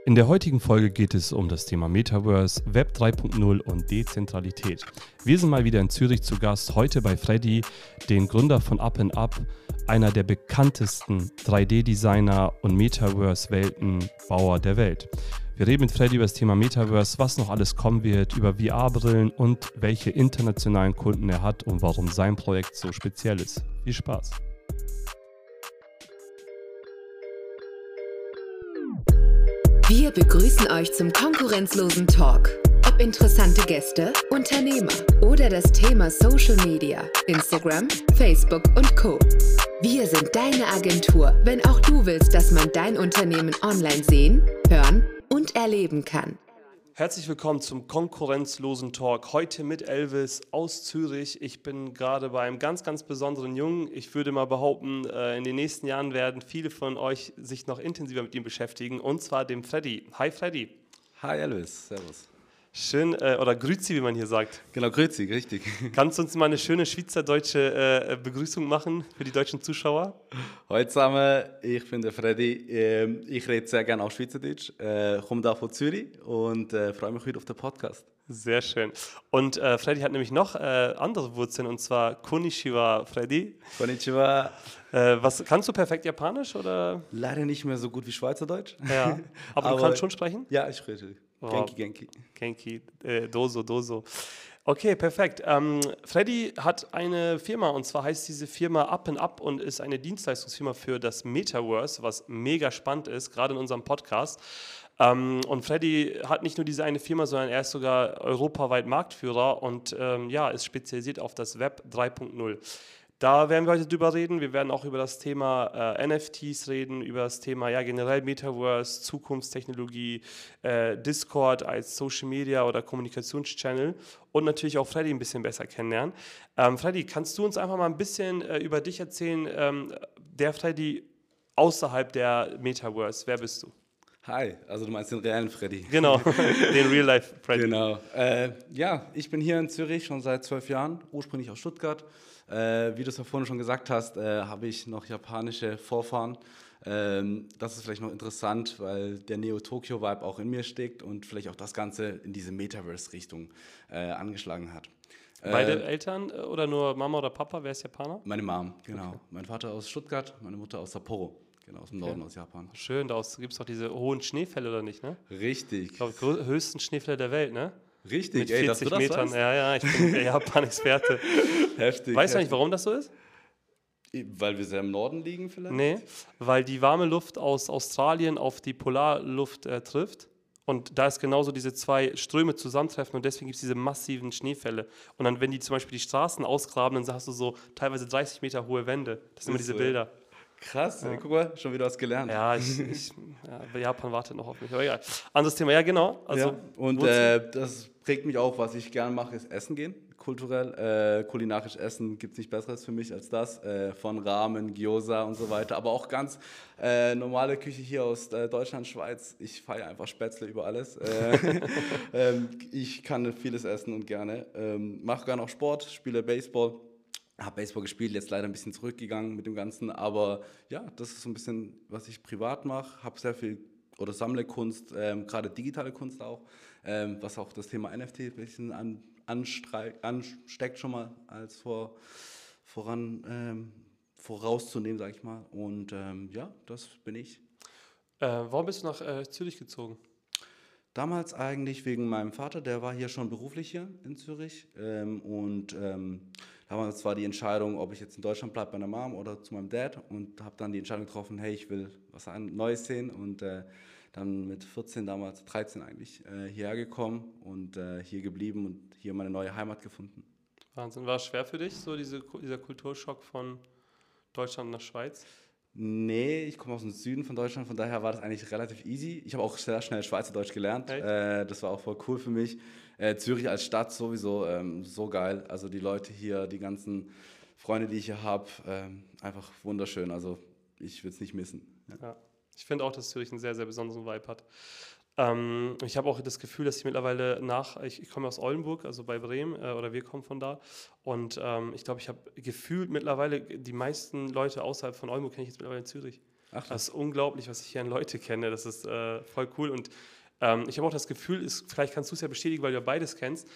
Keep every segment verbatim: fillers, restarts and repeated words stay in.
In der heutigen Folge geht es um das Thema Metaverse, Web drei Punkt null und Dezentralität. Wir sind mal wieder in Zürich zu Gast, heute bei Freddy, den Gründer von Up and Up, einer der bekanntesten drei D-Designer und Metaverse-Weltenbauer der Welt. Wir reden mit Freddy über das Thema Metaverse, was noch alles kommen wird, über V R-Brillen und welche internationalen Kunden er hat und warum sein Projekt so speziell ist. Viel Spaß! Wir begrüßen euch zum konkurrenzlosen Talk. Ob interessante Gäste, Unternehmer oder das Thema Social Media, Instagram, Facebook und Co. Wir sind deine Agentur, wenn auch du willst, dass man dein Unternehmen online sehen, hören und erleben kann. Herzlich willkommen zum konkurrenzlosen Talk. Heute mit Elvis aus Zürich. Ich bin gerade bei einem ganz, ganz besonderen Jungen. Ich würde mal behaupten, in den nächsten Jahren werden viele von euch sich noch intensiver mit ihm beschäftigen, und zwar dem Freddy. Hi Freddy. Hi Elvis, servus. Schön, äh, oder grüezi, wie man hier sagt. Genau, grüezi, richtig. Kannst du uns mal eine schöne schweizerdeutsche äh, Begrüßung machen für die deutschen Zuschauer? Hallo zusammen, ich bin der Freddy. Ähm, ich rede sehr gerne auch Schweizerdeutsch, äh, komme da von Zürich und äh, freue mich heute auf den Podcast. Sehr schön. Und äh, Freddy hat nämlich noch äh, andere Wurzeln, und zwar Konnichiwa, Freddy. Konnichiwa. Äh, was, kannst du perfekt Japanisch, oder? Leider nicht mehr so gut wie Schweizerdeutsch. Ja, aber, aber du kannst schon sprechen? Ja, ich spreche. Oh. Genki, Genki. Genki, äh, Doso, Doso. Okay, perfekt. Ähm, Freddy hat eine Firma, und zwar heißt diese Firma Up and Up und ist eine Dienstleistungsfirma für das Metaverse, was mega spannend ist, gerade in unserem Podcast. Ähm, und Freddy hat nicht nur diese eine Firma, sondern er ist sogar europaweit Marktführer und ähm, ja, ist spezialisiert auf das Web drei Punkt null. Da werden wir heute drüber reden. Wir werden auch über das Thema äh, N F Ts reden, über das Thema ja, generell Metaverse, Zukunftstechnologie, äh, Discord als Social Media oder Kommunikationschannel und natürlich auch Freddy ein bisschen besser kennenlernen. Ähm, Freddy, kannst du uns einfach mal ein bisschen äh, über dich erzählen, ähm, der Freddy außerhalb der Metaverse? Wer bist du? Hi, also du meinst den realen Freddy. Genau, den Real-Life-Freddy. Genau. Äh, ja, ich bin hier in Zürich schon seit zwölf Jahren, ursprünglich aus Stuttgart. Äh, wie du es ja vorhin schon gesagt hast, äh, habe ich noch japanische Vorfahren. Ähm, das ist vielleicht noch interessant, weil der Neo-Tokyo-Vibe auch in mir steckt und vielleicht auch das Ganze in diese Metaverse-Richtung äh, angeschlagen hat. Beide äh, Eltern oder nur Mama oder Papa? Wer ist Japaner? Meine Mom, genau. Okay. Mein Vater aus Stuttgart, meine Mutter aus Sapporo. Genau, aus dem Norden, okay. aus Japan. Schön, da gibt es doch diese hohen Schneefälle, oder nicht, ne? Richtig. Ich glaube, grö- höchsten Schneefälle der Welt, ne? Richtig, Mit ey, dass vierzig du das Metern. weißt? Ja, ja, ich bin der Japan-Experte. Heftig. Weißt du heftig. eigentlich, warum das so ist? Weil wir sehr im Norden liegen vielleicht? Nee, weil die warme Luft aus Australien auf die Polarluft äh, trifft. Und da ist genauso diese zwei Ströme zusammentreffen und deswegen gibt es diese massiven Schneefälle. Und dann, wenn die zum Beispiel die Straßen ausgraben, dann hast du so teilweise dreißig Meter hohe Wände. Das sind immer diese so. Bilder. Krass, Ja. ey, guck mal, schon wieder was gelernt. Ja, ich, ich, ja, Japan wartet noch auf mich. Aber egal. Anderes Thema, ja genau. Also, ja. Und äh, das prägt mich auch, was ich gerne mache, ist Essen gehen. Kulturell, äh, kulinarisch Essen gibt es nicht Besseres für mich als das. Äh, von Ramen, Gyoza und so weiter. Aber auch ganz äh, normale Küche hier aus äh, Deutschland, Schweiz. Ich feiere einfach Spätzle über alles. Äh, ähm, ich kann vieles essen und gerne. Ähm, mache gerne auch Sport, spiele Baseball. Habe Baseball gespielt, jetzt leider ein bisschen zurückgegangen mit dem Ganzen. Aber ja, das ist so ein bisschen, was ich privat mache. Habe sehr viel oder sammle Kunst, ähm, gerade digitale Kunst auch. Ähm, was auch das Thema N F T ein bisschen an ansteckt schon mal als vor, voran ähm, vorauszunehmen, sag ich mal. Und ähm, ja, das bin ich. Äh, warum bist du nach äh, Zürich gezogen? Damals eigentlich wegen meinem Vater, der war hier schon beruflich hier in Zürich. Ähm, und ähm, da war zwar die Entscheidung, ob ich jetzt in Deutschland bleibe bei meiner Mom oder zu meinem Dad. Und habe dann die Entscheidung getroffen, hey, ich will was Neues sehen. Und äh, dann mit vierzehn, damals dreizehn eigentlich, äh, hierher gekommen und äh, hier geblieben und hier meine neue Heimat gefunden. Wahnsinn. War es schwer für dich, so diese, dieser Kulturschock von Deutschland nach Schweiz? Nee, ich komme aus dem Süden von Deutschland, von daher war das eigentlich relativ easy. Ich habe auch sehr schnell Schweizerdeutsch gelernt, äh, das war auch voll cool für mich. Äh, Zürich als Stadt sowieso ähm, so geil, also die Leute hier, die ganzen Freunde, die ich hier habe, ähm, einfach wunderschön, also ich würde es nicht missen. Ja. Ja. Ich finde auch, dass Zürich einen sehr, sehr besonderen Vibe hat. Ähm, ich habe auch das Gefühl, dass ich mittlerweile nach, ich, ich komme aus Oldenburg, also bei Bremen, äh, oder wir kommen von da. Und ähm, ich glaube, ich habe gefühlt mittlerweile die meisten Leute außerhalb von Oldenburg kenne ich jetzt mittlerweile in Zürich. Ach, das ist unglaublich, was ich hier an Leute kenne. Das ist äh, voll cool. Und ähm, ich habe auch das Gefühl, ist, vielleicht kannst du es ja bestätigen, weil du ja beides kennst.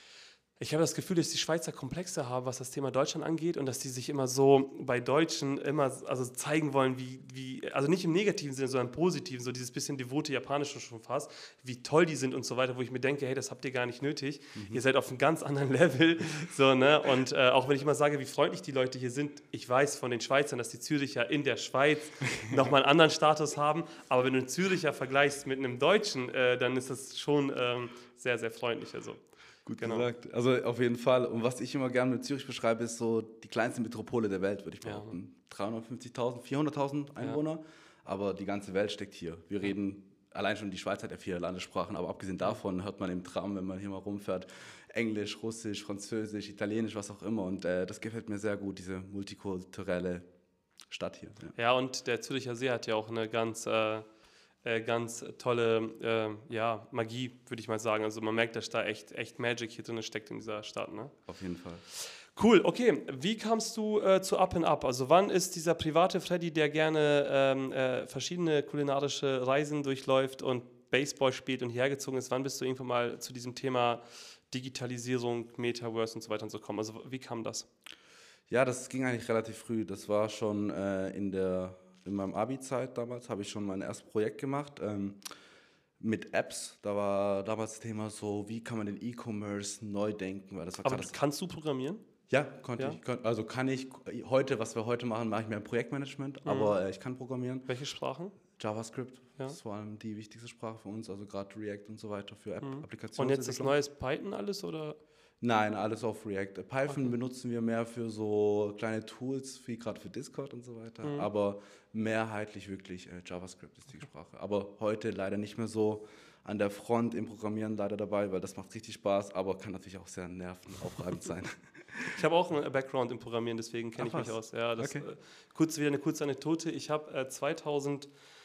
Ich habe das Gefühl, dass die Schweizer komplexer haben, was das Thema Deutschland angeht und dass die sich immer so bei Deutschen immer also zeigen wollen, wie, wie, also nicht im negativen Sinne, sondern im positiven, so dieses bisschen devote Japanische schon fast, wie toll die sind und so weiter, wo ich mir denke, hey, das habt ihr gar nicht nötig, mhm. ihr seid auf einem ganz anderen Level, so, ne, und äh, auch wenn ich immer sage, wie freundlich die Leute hier sind, ich weiß von den Schweizern, dass die Züricher in der Schweiz nochmal einen anderen Status haben, aber wenn du einen Züricher vergleichst mit einem Deutschen, äh, dann ist das schon ähm, sehr, sehr freundlich, also. Gut genau. gesagt. Also auf jeden Fall. Und was ich immer gerne mit Zürich beschreibe, ist so die kleinste Metropole der Welt, würde ich behaupten. Ja. dreihundertfünfzigtausend, vierhunderttausend Einwohner, ja. aber die ganze Welt steckt hier. Wir reden, allein schon die Schweiz hat ja vier Landessprachen, aber abgesehen davon hört man im Tram, wenn man hier mal rumfährt, Englisch, Russisch, Französisch, Italienisch, was auch immer. Und äh, das gefällt mir sehr gut, diese multikulturelle Stadt hier. Ja, ja, und der Züricher See hat ja auch eine ganz... Äh Äh, ganz tolle äh, ja, Magie, würde ich mal sagen. Also man merkt, dass da echt, echt Magic hier drin steckt in dieser Stadt. Ne? Auf jeden Fall. Cool, okay. Wie kamst du äh, zu Up and Up? Also wann ist dieser private Freddy, der gerne ähm, äh, verschiedene kulinarische Reisen durchläuft und Baseball spielt und hierher gezogen ist, wann bist du irgendwann mal zu diesem Thema Digitalisierung, Metaverse und so weiter und so gekommen? Also wie kam das? Ja, das ging eigentlich relativ früh. Das war schon äh, in der... In meinem Abi-Zeit damals habe ich schon mein erstes Projekt gemacht ähm, mit Apps. Da war damals das Thema so, wie kann man den E-Commerce neu denken? Weil das war Aber das kannst du programmieren? Ja, konnte ja? ich. Also kann ich heute, was wir heute machen, mache ich mehr im Projektmanagement, mhm. aber äh, ich kann programmieren. Welche Sprachen? JavaScript, ja. das ist vor allem die wichtigste Sprache für uns, also gerade React und so weiter für App-Applikationen. Mhm. Und jetzt das neue Python alles, oder? Nein, alles auf React. Python okay. benutzen wir mehr für so kleine Tools, wie gerade für Discord und so weiter, mhm. aber mehrheitlich wirklich äh, JavaScript ist die Sprache. Aber heute leider nicht mehr so an der Front im Programmieren leider dabei, weil das macht richtig Spaß, aber kann natürlich auch sehr nervenaufreibend sein. Ich habe auch einen Background im Programmieren, deswegen kenne ich mich aus. Ja, das, okay. äh, kurz wieder eine kurze Anekdote. Ich habe äh, zweitausend,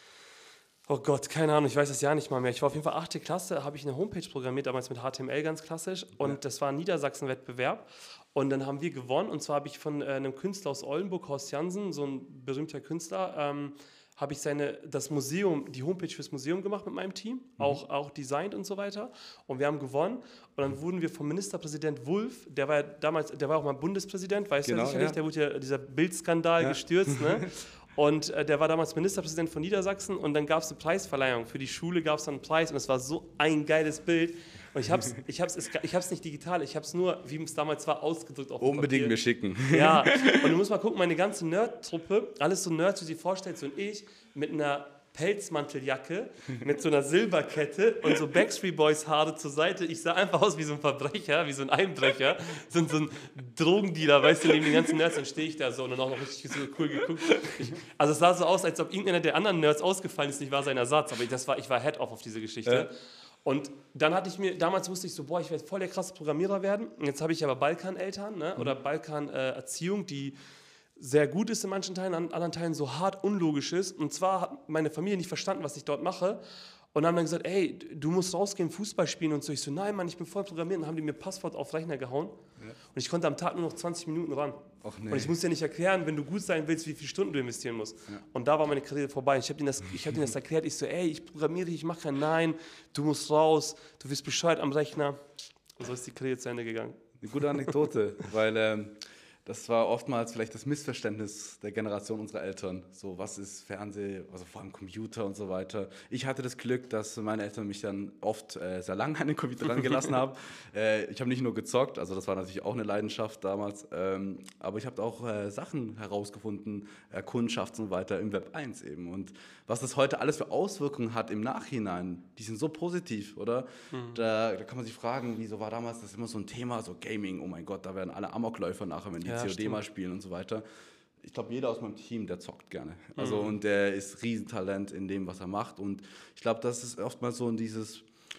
oh Gott, keine Ahnung, ich weiß das Jahr nicht mal mehr. Ich war auf jeden Fall achte Klasse, habe ich eine Homepage programmiert, damals mit H T M L ganz klassisch. Und ja. das war ein Niedersachsen-Wettbewerb. Und dann haben wir gewonnen. Und zwar habe ich von äh, einem Künstler aus Oldenburg, Horst Jansen, so ein berühmter Künstler, ähm, habe ich seine, das Museum, die Homepage fürs Museum gemacht mit meinem Team, mhm. auch, auch designt und so weiter. Und wir haben gewonnen. Und dann wurden wir vom Ministerpräsident Wulff, der war ja damals, der war auch mal Bundespräsident, weißt genau, du ja sicherlich, ja. der wurde ja, dieser Bildskandal ja. gestürzt, ne? Und äh, der war damals Ministerpräsident von Niedersachsen und dann gab es eine Preisverleihung. Für die Schule gab es dann einen Preis und es war so ein geiles Bild. Und ich habe es ich hab's, ich hab's nicht digital, ich habe es nur, wie es damals war, ausgedrückt auf dem Unbedingt Papier. mir schicken. Ja, und du musst mal gucken, meine ganze Nerd-Truppe, alles so Nerds, wie du dir vorstellst, und ich mit einer Pelzmanteljacke, mit so einer Silberkette und so Backstreet Boys Haare zur Seite. Ich sah einfach aus wie so ein Verbrecher, wie so ein Einbrecher, so, so ein Drogendealer, weißt du, neben den ganzen Nerds, dann stehe ich da so und dann auch noch richtig so cool geguckt. Ich, also es sah so aus, als ob irgendeiner der anderen Nerds ausgefallen ist, nicht war sein Ersatz, aber das war, ich war Head-Off auf diese Geschichte. Ja. Und dann hatte ich mir, damals wusste ich so, boah, ich werde voll der krasse Programmierer werden. Und jetzt habe ich aber Balkan-Eltern, ne, oder Balkan-Erziehung, äh, die sehr gut ist in manchen Teilen, an anderen Teilen so hart unlogisch ist. Und zwar hat meine Familie nicht verstanden, was ich dort mache. Und haben dann gesagt, ey, du musst rausgehen, Fußball spielen und so. Ich so, nein, Mann, ich bin voll programmiert. Und dann haben die mir Passwort auf Rechner gehauen. Ja. Und ich konnte am Tag nur noch zwanzig Minuten ran. Och, nee. Und ich muss dir nicht erklären, wenn du gut sein willst, wie viele Stunden du investieren musst. Ja. Und da war meine Karriere vorbei. Ich habe denen, hab denen das erklärt. Ich so, ey, ich programmiere, ich mache kein Nein. Du musst raus, du wirst Bescheid am Rechner. Und so ist die Karriere zu Ende gegangen. Eine gute Anekdote, weil... Ähm das war oftmals vielleicht das Missverständnis der Generation unserer Eltern. So, was ist Fernsehen, also vor allem Computer und so weiter. Ich hatte das Glück, dass meine Eltern mich dann oft äh, sehr lange an den Computer rangelassen haben. Äh, ich habe nicht nur gezockt, also das war natürlich auch eine Leidenschaft damals, ähm, aber ich habe auch äh, Sachen herausgefunden, äh, Kundschaft und so weiter im Web eins eben. Und was das heute alles für Auswirkungen hat im Nachhinein, die sind so positiv, oder? Mhm. Da, da kann man sich fragen, wieso war damals das immer so ein Thema, so Gaming, oh mein Gott, da werden alle Amokläufer nachher, wenn die ja, C O D mal spielen und so weiter. Ich glaube, jeder aus meinem Team, der zockt gerne. Also, mhm. und der ist Riesentalent in dem, was er macht. Und ich glaube, das ist oftmals so dieses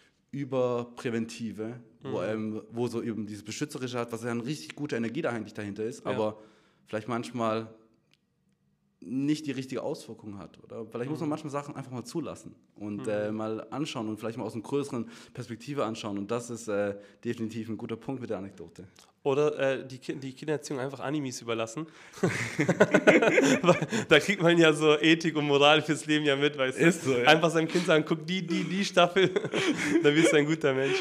Überpräventive, mhm. wo, ähm, wo so eben dieses Beschützerische hat, was ja eine richtig gute Energie da eigentlich dahinter ist, ja. aber vielleicht manchmal nicht die richtige Auswirkung hat. Oder vielleicht mhm. muss man manchmal Sachen einfach mal zulassen und mhm. äh, mal anschauen und vielleicht mal aus einer größeren Perspektive anschauen. Und das ist äh, definitiv ein guter Punkt mit der Anekdote. oder äh, die, Ki- die Kindererziehung einfach Animes überlassen. Da kriegt man ja so Ethik und Moral fürs Leben ja mit, weißt du? Ist so, ja. Einfach seinem Kind sagen, guck die, die, die Staffel, dann bist du ein guter Mensch.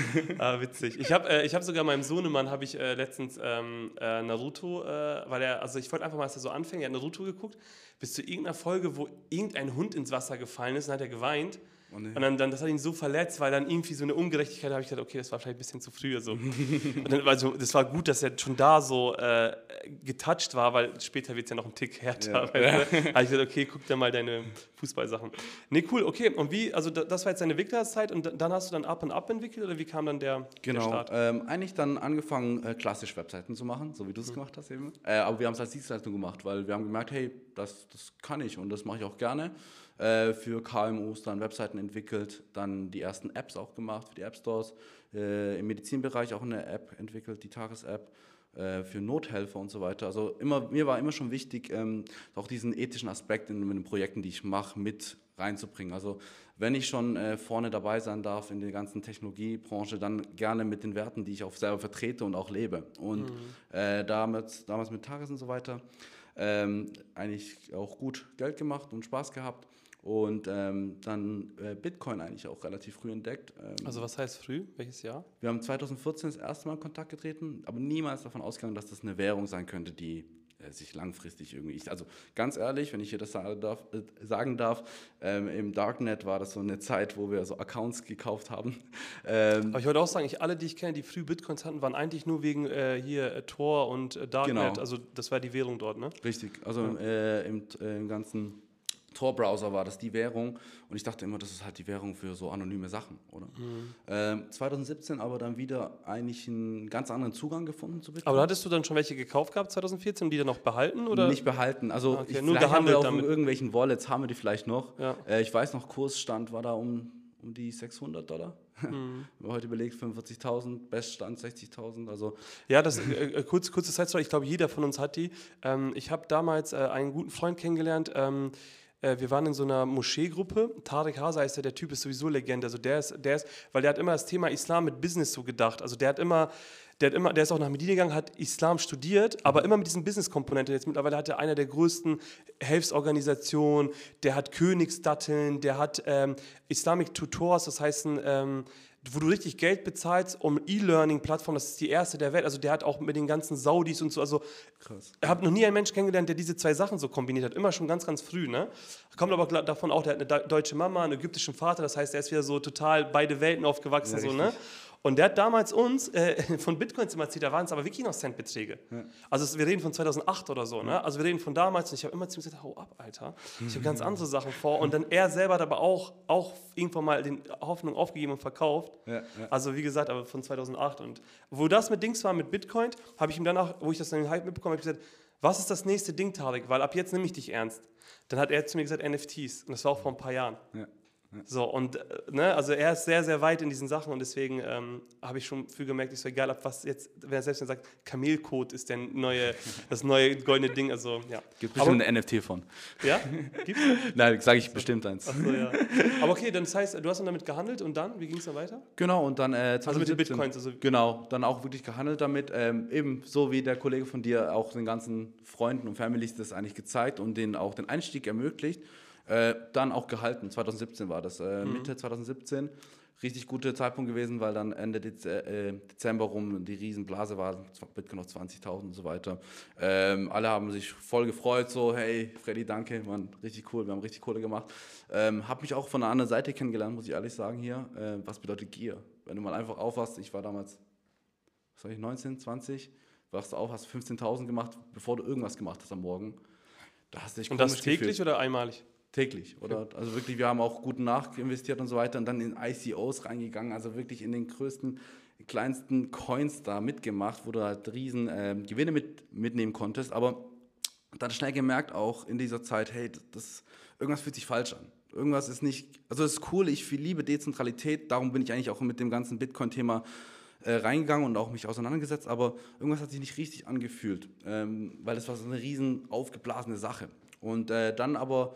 Ah, witzig. Ich habe äh, ich hab sogar meinem Sohnemann, habe ich äh, letztens ähm, äh, Naruto, äh, weil er, also ich wollte einfach mal, dass er so anfängt, er hat Naruto geguckt, bis zu irgendeiner Folge, wo irgendein Hund ins Wasser gefallen ist, und hat er geweint. Oh, nee. Und dann, dann, das hat ihn so verletzt, weil dann irgendwie so eine Ungerechtigkeit, habe ich gedacht, okay, das war vielleicht ein bisschen zu früh. So. Und dann, also, das war gut, dass er schon da so äh, getoucht war, weil später wird es ja noch ein Tick härter. Ja. Weißt du? Ja. Habe ich gesagt, okay, guck dir mal deine Fußballsachen. Nee, cool, okay. Und wie, also das war jetzt deine Entwicklerzeit und dann hast du dann Up and Up entwickelt oder wie kam dann der, Genau, der Start? ähm, eigentlich dann angefangen, äh, klassisch Webseiten zu machen, so wie du es mhm. gemacht hast eben. Äh, aber wir haben es als Dienstleistung gemacht, weil wir haben gemerkt, hey, das, das kann ich und das mache ich auch gerne. Äh, für K M Us dann Webseiten entwickelt, dann die ersten Apps auch gemacht für die App Stores, äh, im Medizinbereich auch eine App entwickelt, die Tages-App, äh, für Nothelfer und so weiter. Also immer, mir war immer schon wichtig, ähm, auch diesen ethischen Aspekt in, in den Projekten, die ich mache, mit reinzubringen. Also wenn ich schon äh, vorne dabei sein darf in der ganzen Technologiebranche, dann gerne mit den Werten, die ich auch selber vertrete und auch lebe. Und mhm. äh, damals, damals mit Tages und so weiter ähm, eigentlich auch gut Geld gemacht und Spaß gehabt. Und ähm, dann äh, Bitcoin eigentlich auch relativ früh entdeckt. Ähm, also was heißt früh? Welches Jahr? Wir haben zwanzig vierzehn das erste Mal in Kontakt getreten, aber niemals davon ausgegangen, dass das eine Währung sein könnte, die äh, sich langfristig irgendwie... Ich, also ganz ehrlich, wenn ich hier das sagen darf, äh, sagen darf ähm, im Darknet war das so eine Zeit, wo wir so Accounts gekauft haben. Ähm, aber ich wollte auch sagen, ich, alle, die ich kenne, die früh Bitcoins hatten, waren eigentlich nur wegen äh, hier äh, Tor und äh, Darknet. Genau. Also das war die Währung dort, ne? Richtig, also ja. äh, im, äh, im ganzen... Tor-Browser war das die Währung und ich dachte immer, das ist halt die Währung für so anonyme Sachen, oder? Mhm. Ähm, zwanzig siebzehn aber dann wieder eigentlich einen ganz anderen Zugang gefunden zu Bitcoin. Aber hattest du dann schon welche gekauft gehabt zwanzig vierzehn und die dann noch behalten? Oder? Nicht behalten, also okay, ich, nur vielleicht haben wir auf damit. irgendwelchen Wallets, haben wir die vielleicht noch. Ja. Äh, ich weiß noch, Kursstand war da um, um die sechshundert Dollar. Mhm. Wenn man heute überlegt, fünfundvierzigtausend, Beststand sechzigtausend, also... Ja, das, äh, kurz, kurze Zeitstory, ich glaube, jeder von uns hat die. Ähm, ich habe damals äh, einen guten Freund kennengelernt, ähm, wir waren in so einer Moscheegruppe. Tarek Hasa heißt der, der Typ ist sowieso Legende. Also der ist, der ist, weil der hat immer das Thema Islam mit Business so gedacht. Also der hat immer, der hat immer, der ist auch nach Medina gegangen, hat Islam studiert, aber immer mit diesen Business-Komponenten. Jetzt mittlerweile hat er einer der größten Hilfsorganisationen, der hat Königsdatteln, der hat ähm, Islamic Tutors, das heißt ein ähm, wo du richtig Geld bezahlst, um E-Learning-Plattform, das ist die erste der Welt, also der hat auch mit den ganzen Saudis und so, also krass. Ich habe noch nie einen Menschen kennengelernt, der diese zwei Sachen so kombiniert hat, immer schon ganz, ganz früh, ne? Kommt aber davon auch, der hat eine deutsche Mama, einen ägyptischen Vater, das heißt, er ist wieder so total beide Welten aufgewachsen, ja, so, ne? Und der hat damals uns äh, von Bitcoins immer erzählt, da waren es aber wirklich noch Centbeträge. Ja. Also wir reden von zweitausacht oder so, ne? Also wir reden von damals und ich habe immer zu ihm gesagt, hau ab, Alter. Ich habe ganz andere Sachen vor. Und dann er selber hat aber auch, auch irgendwann mal die Hoffnung aufgegeben und verkauft. Ja, ja. Also wie gesagt, aber von zweitausendacht. Und wo das mit Dings war, mit Bitcoin, habe ich ihm danach, wo ich das dann den Hype mitbekommen habe, ich gesagt, was ist das nächste Ding, Tarek? Weil ab jetzt nehme ich dich ernst. Dann hat er zu mir gesagt, N F Ts. Und das war auch vor ein paar Jahren. Ja. Ja. So, und ne, also er ist sehr, sehr weit in diesen Sachen und deswegen ähm, habe ich schon viel gemerkt, ist so egal, ab was jetzt, wenn er selbst sagt, Kamelkot ist der neue, das neue goldene Ding, also ja. Gibt bestimmt ein N F T von. Ja? Gibt's? Nein, sage ich bestimmt eins. Ach so, ja. Aber okay, dann das heißt, du hast dann damit gehandelt und dann, wie ging es dann weiter? Genau, und dann äh, also mit den Bitcoins. Also genau, dann auch wirklich gehandelt damit, ähm, eben so wie der Kollege von dir auch den ganzen Freunden und Families das eigentlich gezeigt und denen auch den Einstieg ermöglicht. Äh, dann auch gehalten, zwanzig siebzehn war das, äh, mhm. Mitte zwanzig siebzehn, richtig guter Zeitpunkt gewesen, weil dann Ende Dez- äh, Dezember rum die Riesenblase war, Bitcoin noch zwanzigtausend und so weiter. Ähm, alle haben sich voll gefreut, so hey Freddy, danke, Mann, richtig cool, wir haben richtig Kohle gemacht. Ähm, hab mich auch von einer anderen Seite kennengelernt, muss ich ehrlich sagen hier, äh, was bedeutet Gier? Wenn du mal einfach aufwachst, ich war damals, was war ich, neunzehn, zwanzig, wachst du auf, hast fünfzehntausend gemacht, bevor du irgendwas gemacht hast am Morgen. Da hast du dich und das täglich gefühlt. Oder einmalig? Täglich, oder? Okay. Also wirklich, wir haben auch gut nachinvestiert und so weiter und dann in I C Os reingegangen, also wirklich in den größten, kleinsten Coins da mitgemacht, wo du halt riesen äh, Gewinne mit, mitnehmen konntest, aber dann schnell gemerkt auch in dieser Zeit, hey, das, das, irgendwas fühlt sich falsch an. Irgendwas ist nicht, also es ist cool, ich liebe Dezentralität, darum bin ich eigentlich auch mit dem ganzen Bitcoin-Thema äh, reingegangen und auch mich auseinandergesetzt, aber irgendwas hat sich nicht richtig angefühlt, ähm, weil das war so eine riesen aufgeblasene Sache. Und äh, dann aber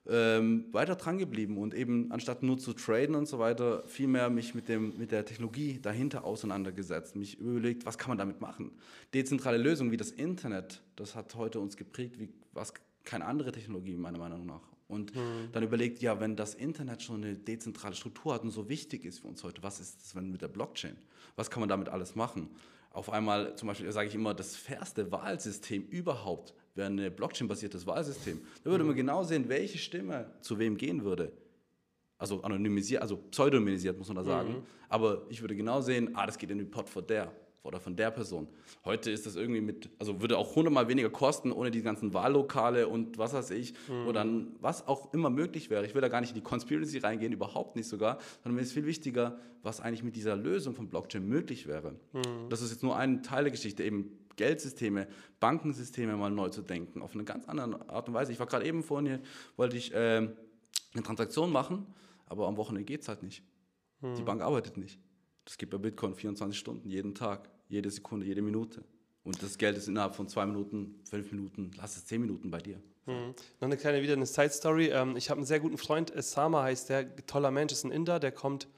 ähm, weiter dran geblieben und eben anstatt nur zu traden und so weiter, viel mehr mich mit, dem, mit der Technologie dahinter auseinandergesetzt, mich überlegt, was kann man damit machen. Dezentrale Lösungen wie das Internet, das hat heute uns geprägt, wie was keine andere Technologie meiner Meinung nach. Und mhm. dann überlegt, ja, wenn das Internet schon eine dezentrale Struktur hat und so wichtig ist für uns heute, was ist das wenn mit der Blockchain? Was kann man damit alles machen? Auf einmal, zum Beispiel sage ich immer, das fairste Wahlsystem überhaupt wäre ein Blockchain-basiertes Wahlsystem. Da würde man genau sehen, welche Stimme zu wem gehen würde. Also anonymisiert, also pseudonymisiert, muss man da sagen. Mhm. Aber ich würde genau sehen, ah, das geht in den Pot von der oder von der Person. Heute ist das irgendwie mit, also würde auch hundertmal weniger kosten, ohne die ganzen Wahllokale und was weiß ich, mhm. oder was auch immer möglich wäre. Ich will da gar nicht in die Conspiracy reingehen, überhaupt nicht sogar, sondern mir ist viel wichtiger, was eigentlich mit dieser Lösung von Blockchain möglich wäre. Mhm. Das ist jetzt nur ein Teil der Geschichte, eben Geldsysteme, Bankensysteme mal neu zu denken, auf eine ganz andere Art und Weise. Ich war gerade eben vorhin hier, wollte ich äh, eine Transaktion machen, aber am Wochenende geht es halt nicht. Hm. Die Bank arbeitet nicht. Das geht bei Bitcoin vierundzwanzig Stunden, jeden Tag, jede Sekunde, jede Minute. Und das Geld ist innerhalb von zwei Minuten, fünf Minuten, lass es zehn Minuten bei dir. Hm. Noch eine kleine, wieder eine Side-Story. Ähm, ich habe einen sehr guten Freund, Sama heißt der, toller Mensch, ist ein Inder, der kommt...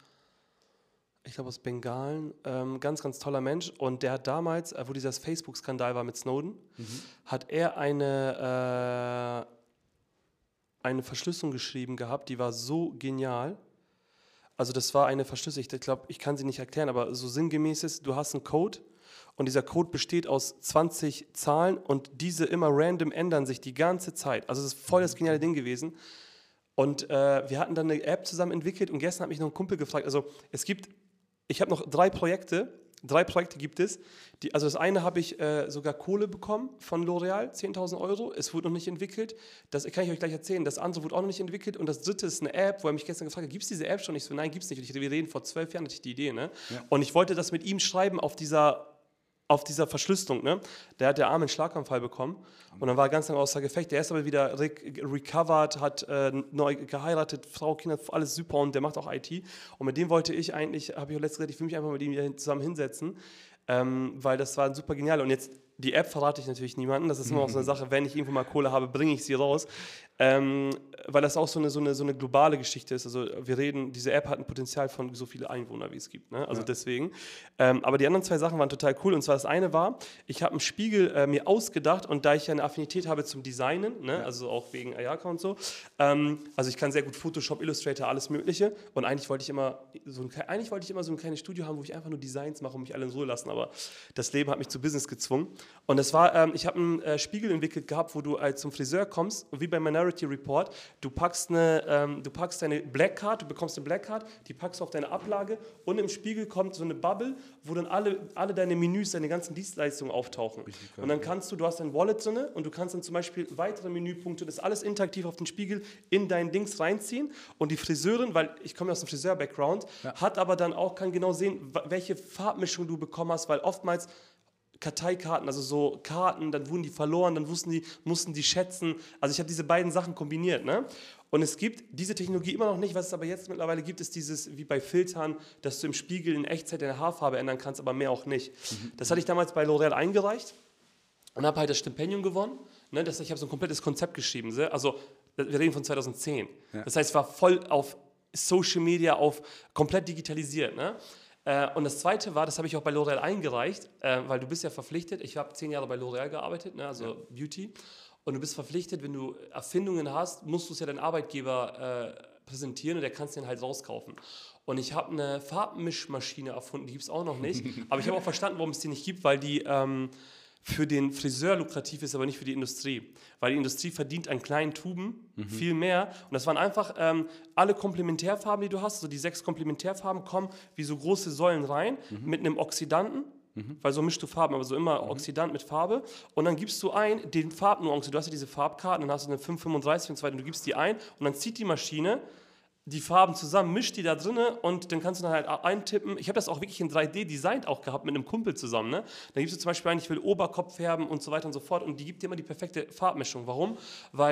ich glaube aus Bengalen, ähm, ganz, ganz toller Mensch. Und der hat damals, äh, wo dieser Facebook-Skandal war mit Snowden, mhm. hat er eine, äh, eine Verschlüsselung geschrieben gehabt, die war so genial. Also das war eine Verschlüsselung, ich glaube, ich kann sie nicht erklären, aber so sinngemäß ist, du hast einen Code und dieser Code besteht aus zwanzig Zahlen und diese immer random ändern sich die ganze Zeit. Also das ist voll das geniale Ding gewesen. Und äh, wir hatten dann eine App zusammen entwickelt und gestern hat mich noch ein Kumpel gefragt, also es gibt... Ich habe noch drei Projekte, drei Projekte gibt es. Die, also das eine habe ich äh, sogar Kohle bekommen von L'Oreal, zehntausend Euro. Es wurde noch nicht entwickelt. Das kann ich euch gleich erzählen. Das andere wurde auch noch nicht entwickelt. Und das dritte ist eine App, wo er mich gestern gefragt hat, gibt es diese App schon? Ich so, nein, gibt es nicht. Und ich, wir reden vor zwölf Jahren, hatte ich die Idee. Ne? Ja. Und ich wollte das mit ihm schreiben auf dieser... auf dieser Verschlüsselung, ne? Der hat der Arme einen Schlaganfall bekommen und dann war er ganz lange außer Gefecht. Der ist aber wieder re recovered, hat äh, neu geheiratet, Frau, Kinder, alles super und der macht auch I T. Und mit dem wollte ich eigentlich, habe ich auch letztens gesagt, ich will mich einfach mit ihm zusammen hinsetzen, ähm, weil das war super genial. Und jetzt, die App verrate ich natürlich niemandem, das ist immer auch so eine Sache, wenn ich irgendwo mal Kohle habe, bringe ich sie raus. Ähm, weil das auch so eine, so, eine, so eine globale Geschichte ist. Also wir reden, diese App hat ein Potenzial von so viele Einwohner, wie es gibt. Ne? Also ja. deswegen. Ähm, aber die anderen zwei Sachen waren total cool. Und zwar das eine war, ich habe einen Spiegel äh, mir ausgedacht und da ich ja eine Affinität habe zum Designen, ne? Ja. Also auch wegen Ayaka und so, ähm, also ich kann sehr gut Photoshop, Illustrator, alles mögliche. Und eigentlich wollte ich immer so ein, eigentlich wollte ich immer so ein kleines Studio haben, wo ich einfach nur Designs mache und mich alle in Ruhe lassen. Aber das Leben hat mich zu Business gezwungen. Und das war, ähm, ich habe einen äh, Spiegel entwickelt gehabt, wo du äh, zum Friseur kommst, wie bei Minority Report, du packst, eine, ähm, du packst deine Black Card, du bekommst eine Black Card, die packst du auf deine Ablage und im Spiegel kommt so eine Bubble, wo dann alle, alle deine Menüs, deine ganzen Dienstleistungen auftauchen. Und dann kannst du, du hast ein Wallet drin und du kannst dann zum Beispiel weitere Menüpunkte, das alles interaktiv auf den Spiegel in dein Dings reinziehen und die Friseurin, weil ich komme aus dem Friseur-Background, ja. hat aber dann auch, kann genau sehen, welche Farbmischung du bekommen hast, weil oftmals Karteikarten, also so Karten, dann wurden die verloren, dann wussten die, mussten die schätzen. Also ich habe diese beiden Sachen kombiniert. Ne? Und es gibt diese Technologie immer noch nicht, was es aber jetzt mittlerweile gibt, ist dieses, wie bei Filtern, dass du im Spiegel in Echtzeit deine Haarfarbe ändern kannst, aber mehr auch nicht. Mhm. Das hatte ich damals bei L'Oreal eingereicht und habe halt das Stipendium gewonnen. Ne? Das, ich habe so ein komplettes Konzept geschrieben. Also wir reden von zweitausendzehn. Ja. Das heißt, ich war voll auf Social Media, auf komplett digitalisiert. Ne? Und das Zweite war, das habe ich auch bei L'Oreal eingereicht, äh, weil du bist ja verpflichtet, ich habe zehn Jahre bei L'Oreal gearbeitet, ne, also ja. Beauty, und du bist verpflichtet, wenn du Erfindungen hast, musst du es ja deinem Arbeitgeber äh, präsentieren und der kannst den halt rauskaufen. Und ich habe eine Farbmischmaschine erfunden, die gibt es auch noch nicht, aber ich habe auch verstanden, warum es die nicht gibt, weil die ähm, für den Friseur lukrativ ist, aber nicht für die Industrie. Weil die Industrie verdient an kleinen Tuben mhm. viel mehr. Und das waren einfach ähm, alle Komplementärfarben, die du hast. Also die sechs Komplementärfarben kommen wie so große Säulen rein mhm. mit einem Oxidanten. Mhm. Weil so mischst du Farben, aber so immer mhm. Oxidant mit Farbe. Und dann gibst du ein, den Farbnuancen. Du hast ja diese Farbkarten, dann hast du eine fünf fünfunddreißig und so weiter. Und du gibst die ein und dann zieht die Maschine die Farben zusammen, mischt die da drinne und dann kannst du dann halt eintippen. Ich habe das auch wirklich in drei D designt auch gehabt mit einem Kumpel zusammen. Ne? Dann gibst du zum Beispiel ein, ich will Oberkopf färben und so weiter und so fort und die gibt dir immer die perfekte Farbmischung. Warum? Weil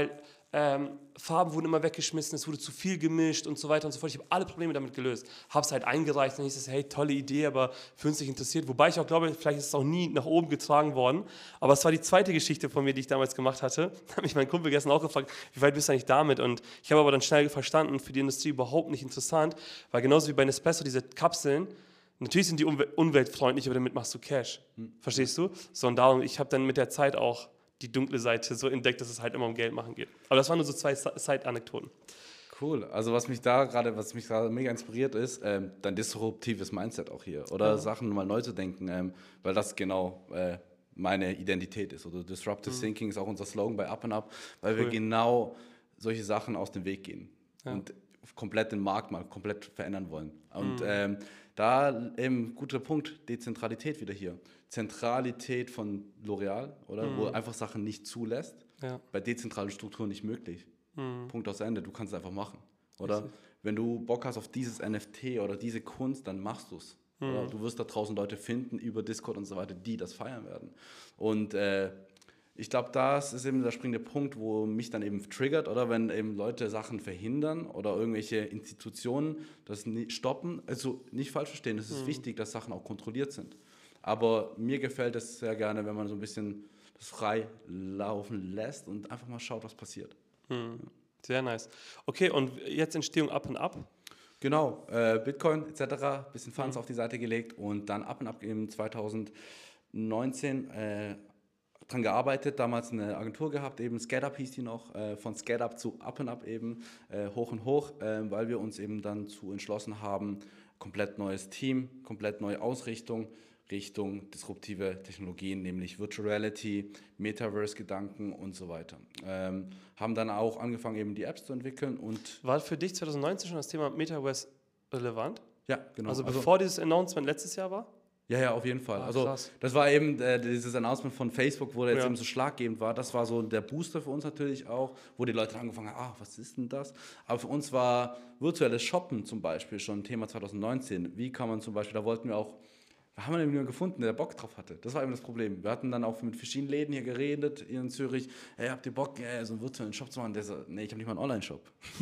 ähm, Farben wurden immer weggeschmissen, es wurde zu viel gemischt und so weiter und so fort. Ich habe alle Probleme damit gelöst. Habe es halt eingereicht, dann hieß es, hey, tolle Idee, aber für uns nicht interessiert. Wobei ich auch glaube, vielleicht ist es auch nie nach oben getragen worden. Aber es war die zweite Geschichte von mir, die ich damals gemacht hatte. Da hat mich mein Kumpel gestern auch gefragt, wie weit bist du eigentlich damit? Und ich habe aber dann schnell verstanden, für die Industrie überhaupt nicht interessant, weil genauso wie bei Nespresso, diese Kapseln, natürlich sind die umwel- umweltfreundlich, aber damit machst du Cash. Hm. Verstehst du? So, und darum, ich habe dann mit der Zeit auch die dunkle Seite so entdeckt, dass es halt immer um Geld machen geht. Aber das waren nur so zwei Side-Anekdoten. Cool. Also was mich da gerade, was mich gerade mega inspiriert ist, ähm, dein disruptives Mindset auch hier. Oder ja. Sachen mal neu zu denken, ähm, weil das genau äh, meine Identität ist. Oder Disruptive mhm. Thinking ist auch unser Slogan bei Up and Up, weil cool. wir genau solche Sachen aus dem Weg gehen. Ja. Und komplett den Markt mal komplett verändern wollen. Und mhm. ähm, da eben guter Punkt, Dezentralität wieder hier. Zentralität von L'Oreal, oder? Mhm. Wo einfach Sachen nicht zulässt. Ja. Bei dezentralen Strukturen nicht möglich. Mhm. Punkt aus Ende, du kannst es einfach machen. Oder? Richtig. Wenn du Bock hast auf dieses N F T oder diese Kunst, dann machst du es. Mhm. Du wirst da draußen Leute finden über Discord und so weiter, die das feiern werden. Und äh, ich glaube, das ist eben der springende Punkt, wo mich dann eben triggert, oder wenn eben Leute Sachen verhindern oder irgendwelche Institutionen das stoppen. Also nicht falsch verstehen, es ist mhm. wichtig, dass Sachen auch kontrolliert sind. Aber mir gefällt es sehr gerne, wenn man so ein bisschen das frei laufen lässt und einfach mal schaut, was passiert. Mhm. Sehr nice. Okay, und jetzt Entstehung Up and Up? Genau, äh, Bitcoin et cetera, bisschen Funds mhm. auf die Seite gelegt und dann Up and Up im zwanzig neunzehn äh, dran gearbeitet, damals eine Agentur gehabt, eben SketUp hieß die noch, äh, von SketUp zu Up and Up eben, äh, hoch und hoch, äh, weil wir uns eben dann zu entschlossen haben, komplett neues Team, komplett neue Ausrichtung, Richtung disruptive Technologien, nämlich Virtual Reality, Metaverse-Gedanken und so weiter. Ähm, haben dann auch angefangen, eben die Apps zu entwickeln. Und war für dich zwanzig neunzehn schon das Thema Metaverse relevant? Ja, genau. Also bevor also, dieses Announcement letztes Jahr war? Ja, ja, auf jeden Fall. Ah, also krass. Das war eben äh, dieses Announcement von Facebook, wo jetzt ja. eben so schlaggebend war. Das war so der Booster für uns natürlich auch, wo die Leute angefangen haben, ah, was ist denn das? Aber für uns war virtuelles Shoppen zum Beispiel schon ein Thema zwanzig neunzehn. Wie kann man zum Beispiel, da wollten wir auch, da haben wir nämlich jemanden gefunden, der Bock drauf hatte. Das war eben das Problem. Wir hatten dann auch mit verschiedenen Läden hier geredet, hier in Zürich. Hey, habt ihr Bock, äh, so einen virtuellen Shop zu machen? Der so, nee, ich habe nicht mal einen Online-Shop.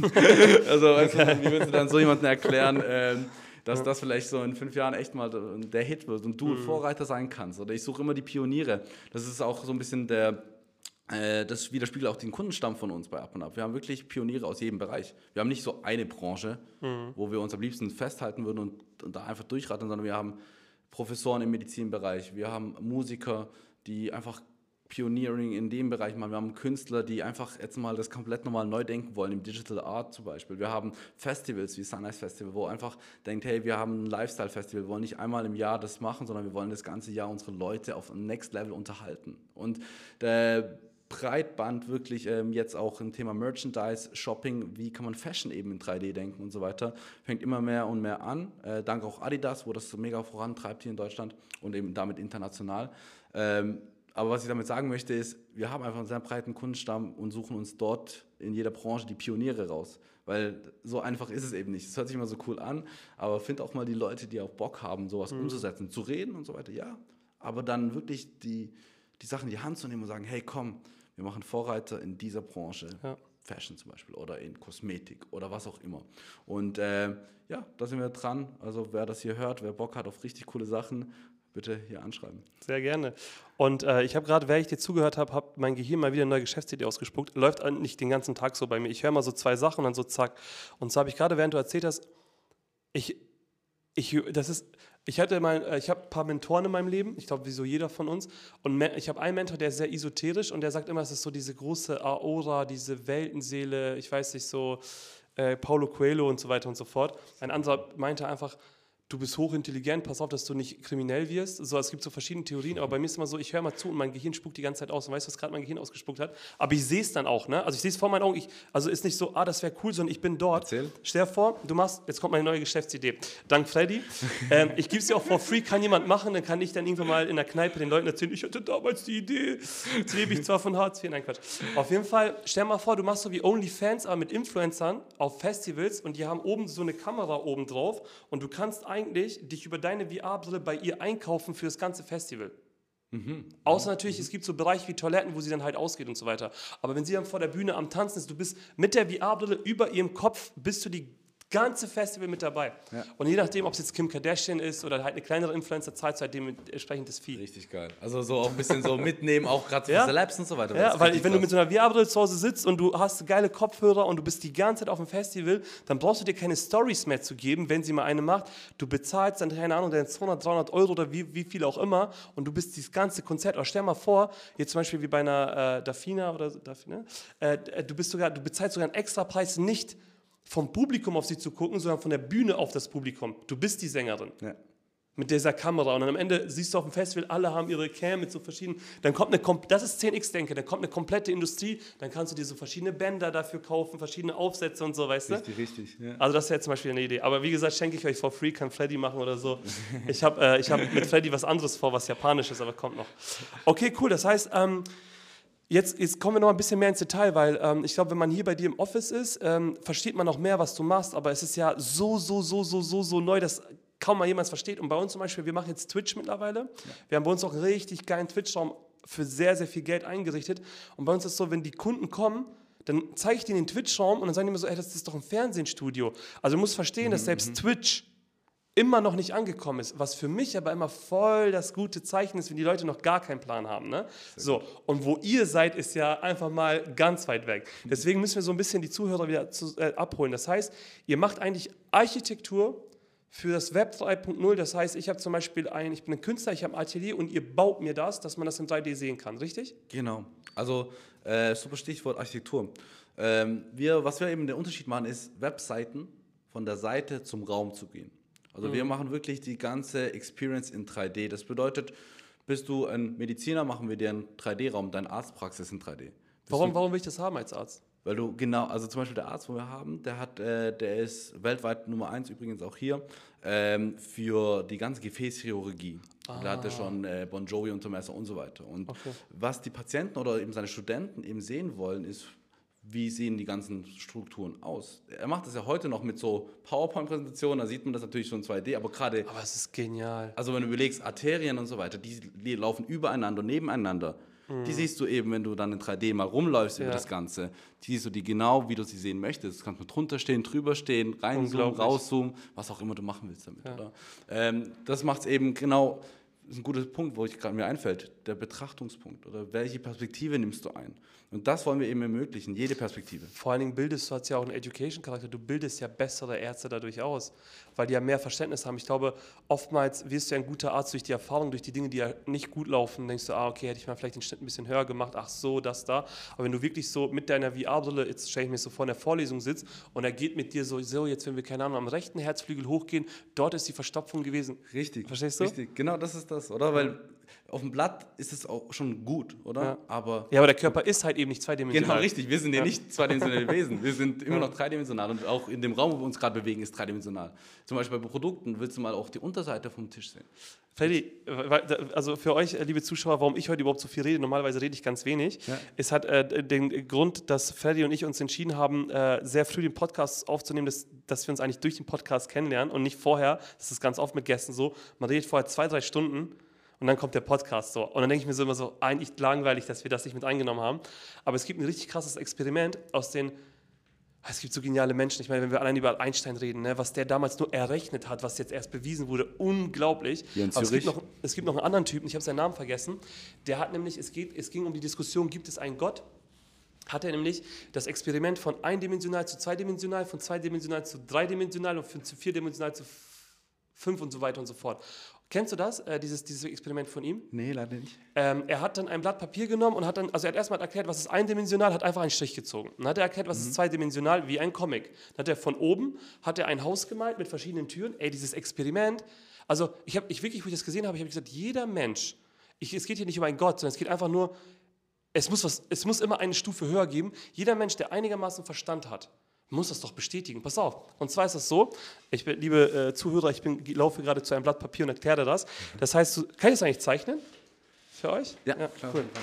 Also, weißt du, wie willst du dann so jemandem erklären, ähm, dass ja. das vielleicht so in fünf Jahren echt mal der Hit wird und du mhm. Vorreiter sein kannst? Oder ich suche immer die Pioniere. Das ist auch so ein bisschen der, äh, das widerspiegelt auch den Kundenstamm von uns bei Up and Up. Wir haben wirklich Pioniere aus jedem Bereich. Wir haben nicht so eine Branche, mhm. wo wir uns am liebsten festhalten würden und, und da einfach durchraten, sondern wir haben Professoren im Medizinbereich, wir haben Musiker, die einfach Pioneering in dem Bereich machen. Wir haben Künstler, die einfach jetzt mal das komplett nochmal neu denken wollen, im Digital Art zum Beispiel. Wir haben Festivals wie Sunrise Festival, wo einfach denkt, hey, wir haben ein Lifestyle-Festival, wir wollen nicht einmal im Jahr das machen, sondern wir wollen das ganze Jahr unsere Leute auf ein Next Level unterhalten. Und der Breitband wirklich ähm, jetzt auch im Thema Merchandise, Shopping, wie kann man Fashion eben in drei D denken und so weiter, fängt immer mehr und mehr an. Äh, dank auch Adidas, wo das so mega vorantreibt hier in Deutschland und eben damit international. Ähm, aber was ich damit sagen möchte ist, wir haben einfach einen sehr breiten Kundenstamm und suchen uns dort in jeder Branche die Pioniere raus. Weil so einfach ist es eben nicht. Es hört sich immer so cool an, aber find auch mal die Leute, die auch Bock haben, sowas mhm. umzusetzen, zu reden und so weiter, ja. Aber dann wirklich die, die Sachen in die Hand zu nehmen und sagen, hey komm, wir machen Vorreiter in dieser Branche, ja. Fashion zum Beispiel oder in Kosmetik oder was auch immer. Und äh, ja, da sind wir dran. Also wer das hier hört, wer Bock hat auf richtig coole Sachen, bitte hier anschreiben. Sehr gerne. Und äh, ich habe gerade, während ich dir zugehört habe, habe mein Gehirn mal wieder eine neue Geschäftsidee ausgespuckt. Läuft nicht den ganzen Tag so bei mir. Ich höre mal so zwei Sachen und dann so zack. Und so habe ich gerade, während du erzählt hast, ich, ich, das ist, ich hatte mal, ich habe ein paar Mentoren in meinem Leben, ich glaube, wie so jeder von uns. Und ich habe einen Mentor, der ist sehr esoterisch und der sagt immer, es ist so diese große Aura, diese Weltenseele, ich weiß nicht, so äh, Paulo Coelho und so weiter und so fort. Ein anderer meinte einfach, du bist hochintelligent, pass auf, dass du nicht kriminell wirst. So, es gibt so verschiedene Theorien, aber bei mir ist immer so, ich höre mal zu und mein Gehirn spuckt die ganze Zeit aus. Und weißt du, was gerade mein Gehirn ausgespuckt hat? Aber ich sehe es dann auch, ne? Also ich sehe es vor meinen Augen. Ich, also ist nicht so, ah, das wäre cool, sondern ich bin dort. Erzähl. Stell dir vor, du machst, jetzt kommt meine neue Geschäftsidee. Dank Freddy. ähm, ich gebe es dir auch for free, kann jemand machen, dann kann ich dann irgendwann mal in der Kneipe den Leuten erzählen, ich hatte damals die Idee. Jetzt lebe ich zwar von Hartz vier, nein, Quatsch. Auf jeden Fall, stell mal vor, du machst so wie OnlyFans, aber mit Influencern auf Festivals und die haben oben so eine Kamera oben drauf und du kannst eigentlich dich über deine V R-Brille bei ihr einkaufen für das ganze Festival. Mhm. Außer natürlich, mhm. es gibt so Bereiche wie Toiletten, wo sie dann halt ausgeht und so weiter. Aber wenn sie dann vor der Bühne am Tanzen ist, du bist mit der V R-Brille über ihrem Kopf, bist du die ganze Festival mit dabei. Ja. Und je nachdem, ob es jetzt Kim Kardashian ist oder halt eine kleinere Influencer, zahlt halt dementsprechend das Vieh. Richtig geil. Also so auch ein bisschen so mitnehmen, auch gerade für ja. Celebs und so weiter. Ja, weil wenn krass. du mit so einer V R-Brille zu Hause sitzt und du hast geile Kopfhörer und du bist die ganze Zeit auf dem Festival, dann brauchst du dir keine Stories mehr zu geben, wenn sie mal eine macht. Du bezahlst dann, keine Ahnung, deine zweihundert, dreihundert Euro oder wie, wie viel auch immer und du bist dieses ganze Konzert. Aber stell mal vor, jetzt zum Beispiel wie bei einer äh, Dafina oder Dafina, äh, du, bist sogar, du bezahlst sogar einen Extrapreis nicht vom Publikum auf sie zu gucken, sondern von der Bühne auf das Publikum. Du bist die Sängerin. Ja. Mit dieser Kamera. Und dann am Ende siehst du auf dem Festival, alle haben ihre Cam mit so verschiedenen. Dann kommt eine, das ist zehn X, denke, dann kommt eine komplette Industrie, dann kannst du dir so verschiedene Bänder dafür kaufen, verschiedene Aufsätze und so, weißt du? Richtig, richtig. Ja. Also das wäre zum Beispiel eine Idee. Aber wie gesagt, schenke ich euch for free, kann Freddy machen oder so. Ich habe äh, ich hab mit Freddy was anderes vor, was Japanisches, aber kommt noch. Okay, cool. Das heißt, ähm, Jetzt, jetzt kommen wir noch ein bisschen mehr ins Detail, weil ähm, ich glaube, wenn man hier bei dir im Office ist, ähm, versteht man noch mehr, was du machst, aber es ist ja so, so, so, so, so, so neu, dass kaum mal jemand versteht. Und bei uns zum Beispiel, wir machen jetzt Twitch mittlerweile. Ja. Wir haben bei uns auch einen richtig geilen Twitch-Raum für sehr, sehr viel Geld eingerichtet. Und bei uns ist es so, wenn die Kunden kommen, dann zeige ich denen den Twitch-Raum und dann sagen die mir so, ey, das ist doch ein Fernsehstudio. Also du musst verstehen, mhm, dass selbst mhm. Twitch immer noch nicht angekommen ist, was für mich aber immer voll das gute Zeichen ist, wenn die Leute noch gar keinen Plan haben. Ne? So, und wo ihr seid, ist ja einfach mal ganz weit weg. Deswegen müssen wir so ein bisschen die Zuhörer wieder zu, äh, abholen. Das heißt, ihr macht eigentlich Architektur für das Web drei Punkt null. Das heißt, ich habe zum Beispiel ein, ich bin ein Künstler, ich habe ein Atelier und ihr baut mir das, dass man das in drei D sehen kann, richtig? Genau. Also äh, super Stichwort Architektur. Ähm, wir, was wir eben den Unterschied machen, ist Webseiten von der Seite zum Raum zu gehen. Also mhm. wir machen wirklich die ganze Experience in drei D. Das bedeutet, bist du ein Mediziner, machen wir dir einen drei D-Raum, deine Arztpraxis in drei D. Warum, du, warum will ich das haben als Arzt? Weil du genau, also zum Beispiel der Arzt, wo wir haben, der hat, äh, der ist weltweit Nummer eins, übrigens auch hier, ähm, für die ganze Gefäßchirurgie. Ah. Da hat er schon äh, Bon Jovi und Tommaso und so weiter. Und okay. was die Patienten oder eben seine Studenten eben sehen wollen, ist, wie sehen die ganzen Strukturen aus? Er macht das ja heute noch mit so PowerPoint-Präsentationen, da sieht man das natürlich schon in zwei D, aber gerade... Aber es ist genial. Also wenn du überlegst, Arterien und so weiter, die, die laufen übereinander, nebeneinander. Mhm. Die siehst du eben, wenn du dann in drei D mal rumläufst ja. über das Ganze. Die siehst du die genau, wie du sie sehen möchtest. Du kannst mal drunter stehen, drüber stehen, reinzoomen, rauszoomen, was auch immer du machen willst damit. Ja. Oder? Ähm, das macht es eben genau... Das ist ein guter Punkt, wo ich gerade mir einfällt, der Betrachtungspunkt oder welche Perspektive nimmst du ein? Und das wollen wir eben ermöglichen, jede Perspektive. Vor allen Dingen bildest du, hast ja auch einen Education-Charakter, du bildest ja bessere Ärzte dadurch aus, weil die ja mehr Verständnis haben. Ich glaube, oftmals wirst du ja ein guter Arzt durch die Erfahrung, durch die Dinge, die ja nicht gut laufen, denkst du, ah, okay, hätte ich mal vielleicht den Schnitt ein bisschen höher gemacht, ach so, das, da. Aber wenn du wirklich so mit deiner V R-Brille, jetzt stelle ich mir so vor, in der Vorlesung sitzt und er geht mit dir so, so, jetzt wenn wir, keine Ahnung, am rechten Herzflügel hochgehen, dort ist die Verstopfung gewesen. Richtig. Verstehst du? Richtig, genau, das ist das, oder? Weil auf dem Blatt ist es auch schon gut, oder? Ja. Aber, ja, aber der Körper ist halt eben nicht zweidimensional. Genau, richtig. Wir sind ja, ja nicht zweidimensionale Wesen. Wir sind immer noch dreidimensional. Und auch in dem Raum, wo wir uns gerade bewegen, ist dreidimensional. Zum Beispiel bei Produkten willst du mal auch die Unterseite vom Tisch sehen. Freddy, also für euch, liebe Zuschauer, warum ich heute überhaupt so viel rede, normalerweise rede ich ganz wenig. Ja. Es hat äh, den Grund, dass Freddy und ich uns entschieden haben, äh, sehr früh den Podcast aufzunehmen, dass, dass wir uns eigentlich durch den Podcast kennenlernen und nicht vorher. Das ist ganz oft mit Gästen so. Man redet vorher zwei, drei Stunden. Und dann kommt der Podcast so. Und dann denke ich mir so immer so, eigentlich langweilig, dass wir das nicht mit eingenommen haben. Aber es gibt ein richtig krasses Experiment aus den, es gibt so geniale Menschen. Ich meine, wenn wir allein über Einstein reden, ne, was der damals nur errechnet hat, was jetzt erst bewiesen wurde, unglaublich. Hier in Aber es gibt, noch, es gibt noch einen anderen Typen, ich habe seinen Namen vergessen, der hat nämlich, es, geht, es ging um die Diskussion, gibt es einen Gott? Hat er nämlich das Experiment von eindimensional zu zweidimensional, von zweidimensional zu dreidimensional und von zu vierdimensional zu fünf und so weiter und so fort. Kennst du das, äh, dieses, dieses Experiment von ihm? Nee, leider nicht. Ähm, er hat dann ein Blatt Papier genommen und hat dann, also er hat erstmal erklärt, was ist eindimensional, hat einfach einen Strich gezogen. Dann hat er erklärt, was mhm. ist zweidimensional, wie ein Comic. Dann hat er von oben, hat er ein Haus gemalt mit verschiedenen Türen. Ey, dieses Experiment, also ich habe, ich wirklich, wo ich das gesehen habe, ich habe gesagt, jeder Mensch, ich, es geht hier nicht um einen Gott, sondern es geht einfach nur, es muss, was, es muss immer eine Stufe höher geben. Jeder Mensch, der einigermaßen Verstand hat, muss das doch bestätigen. Pass auf. Und zwar ist das so, ich bin, liebe äh, Zuhörer, ich bin, laufe gerade zu einem Blatt Papier und erkläre dir das. Das heißt, du, kann ich das eigentlich zeichnen? Für euch? Ja, ja klar. Cool.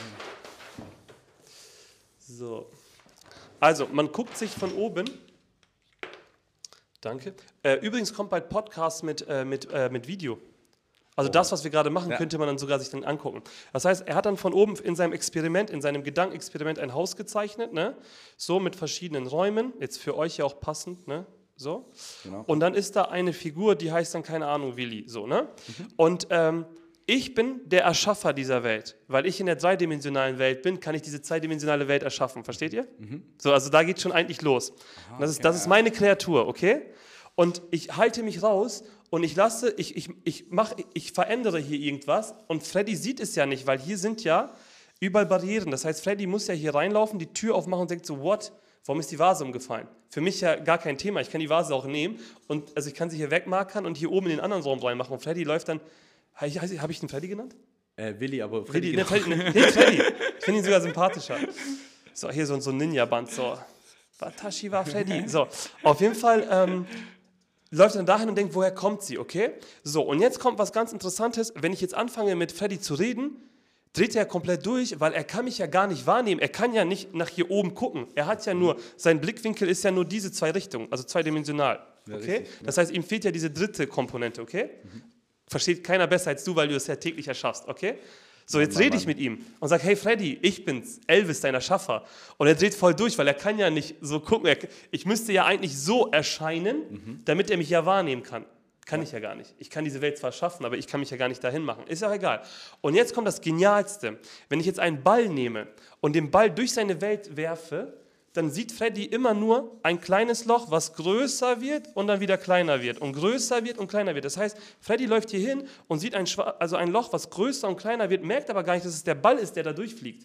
So. Also, man guckt sich von oben. Danke. Äh, übrigens kommt bald Podcast mit, äh, mit, äh, mit Video. Also Oh. das, was wir gerade machen, Ja. könnte man dann sogar sich dann angucken. Das heißt, er hat dann von oben in seinem Experiment, in seinem Gedankenexperiment ein Haus gezeichnet, ne? So mit verschiedenen Räumen, jetzt für euch ja auch passend, ne? So. Genau. Und dann ist da eine Figur, die heißt dann, keine Ahnung, Willi, so, ne? Und ähm, ich bin der Erschaffer dieser Welt. Weil ich in der dreidimensionalen Welt bin, kann ich diese zweidimensionale Welt erschaffen. Versteht ihr? So, also da geht schon eigentlich los. Und das, ist, das ist meine Kreatur, okay? Und ich halte mich raus und ich lasse, ich, ich, ich, mach, ich verändere hier irgendwas und Freddy sieht es ja nicht, weil hier sind ja überall Barrieren. Das heißt, Freddy muss ja hier reinlaufen, die Tür aufmachen und sagt so, what? Warum ist die Vase umgefallen? Für mich ja gar kein Thema. Ich kann die Vase auch nehmen und also ich kann sie hier wegmarkern und hier oben in den anderen Raum reinmachen. Und Freddy läuft dann. Habe ich, habe ich den Freddy genannt? Äh, Willi, aber Freddy, Freddy. ne, Freddy, ne, nee, Freddy. Ich finde ihn sogar sympathischer. So, hier so, so ein Ninja-Band. So, Watashi wa Freddy. So, auf jeden Fall ähm, läuft er dann dahin und denkt, woher kommt sie, okay? So, und jetzt kommt was ganz Interessantes. Wenn ich jetzt anfange, mit Freddy zu reden, dreht er komplett durch, weil er kann mich ja gar nicht wahrnehmen. Er kann ja nicht nach hier oben gucken. Er hat ja nur, sein Blickwinkel ist ja nur diese zwei Richtungen, also zweidimensional. Ja, Okay? richtig, ja. Das heißt, ihm fehlt ja diese dritte Komponente, okay? Mhm. Versteht keiner besser als du, weil du es ja täglich erschaffst, okay? So, jetzt Mann, rede ich Mann. mit ihm und sage, hey Freddy, ich bin's, Elvis, dein Erschaffer. Und er dreht voll durch, weil er kann ja nicht so gucken. Er, ich müsste ja eigentlich so erscheinen, Mhm. damit er mich ja wahrnehmen kann. Kann ich ja gar nicht. Ich kann diese Welt zwar schaffen, aber ich kann mich ja gar nicht dahin machen. Ist ja egal. Und jetzt kommt das Genialste. Wenn ich jetzt einen Ball nehme und den Ball durch seine Welt werfe, dann sieht Freddy immer nur ein kleines Loch, was größer wird und dann wieder kleiner wird und größer wird und kleiner wird. Das heißt, Freddy läuft hier hin und sieht ein, Schwa- also ein Loch, was größer und kleiner wird, merkt aber gar nicht, dass es der Ball ist, der da durchfliegt.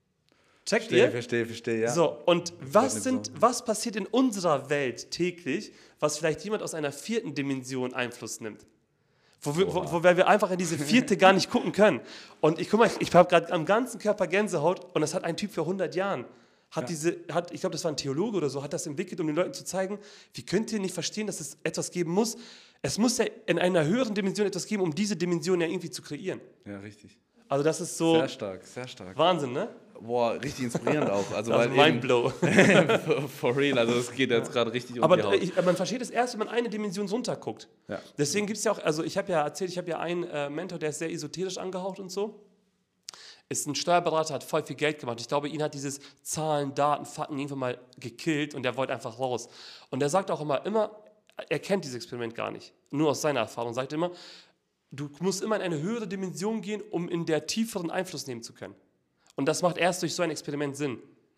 Checkt Verstehe, ihr? verstehe, verstehe, ja. So, und was, nicht sind, so. was passiert in unserer Welt täglich, was vielleicht jemand aus einer vierten Dimension Einfluss nimmt? Wo wir, wo, wo wir einfach in diese vierte gar nicht gucken können. Und ich guck mal, ich, ich habe gerade am ganzen Körper Gänsehaut und das hat ein Typ für hundert Jahren. Hat diese, hat, ich glaube, das war ein Theologe oder so, hat das entwickelt, um den Leuten zu zeigen, wie könnt ihr nicht verstehen, dass es etwas geben muss. Es muss ja in einer höheren Dimension etwas geben, um diese Dimension ja irgendwie zu kreieren. Ja, richtig. Also das ist so Sehr stark, sehr stark. Wahnsinn, ne? Boah, richtig inspirierend auch. Also, Das weil ist Mindblow. eben, for real, also es geht jetzt gerade richtig um Aber die äh, Haut. ich, man versteht es erst, wenn man eine Dimension runterguckt. Ja. Deswegen gibt es ja auch, also ich habe ja erzählt, ich habe ja einen äh, Mentor, der ist sehr esoterisch angehaucht und so. Ist ein Steuerberater, hat voll viel Geld gemacht. Ich glaube, ihn hat dieses Zahlen, Daten, Fakten irgendwann mal gekillt und der wollte einfach raus. Und der sagt auch immer, immer, er kennt dieses Experiment gar nicht. Nur aus seiner Erfahrung sagt er immer, du musst immer in eine höhere Dimension gehen, um in der tieferen Einfluss nehmen zu können. Und das macht erst durch so ein Experiment Sinn.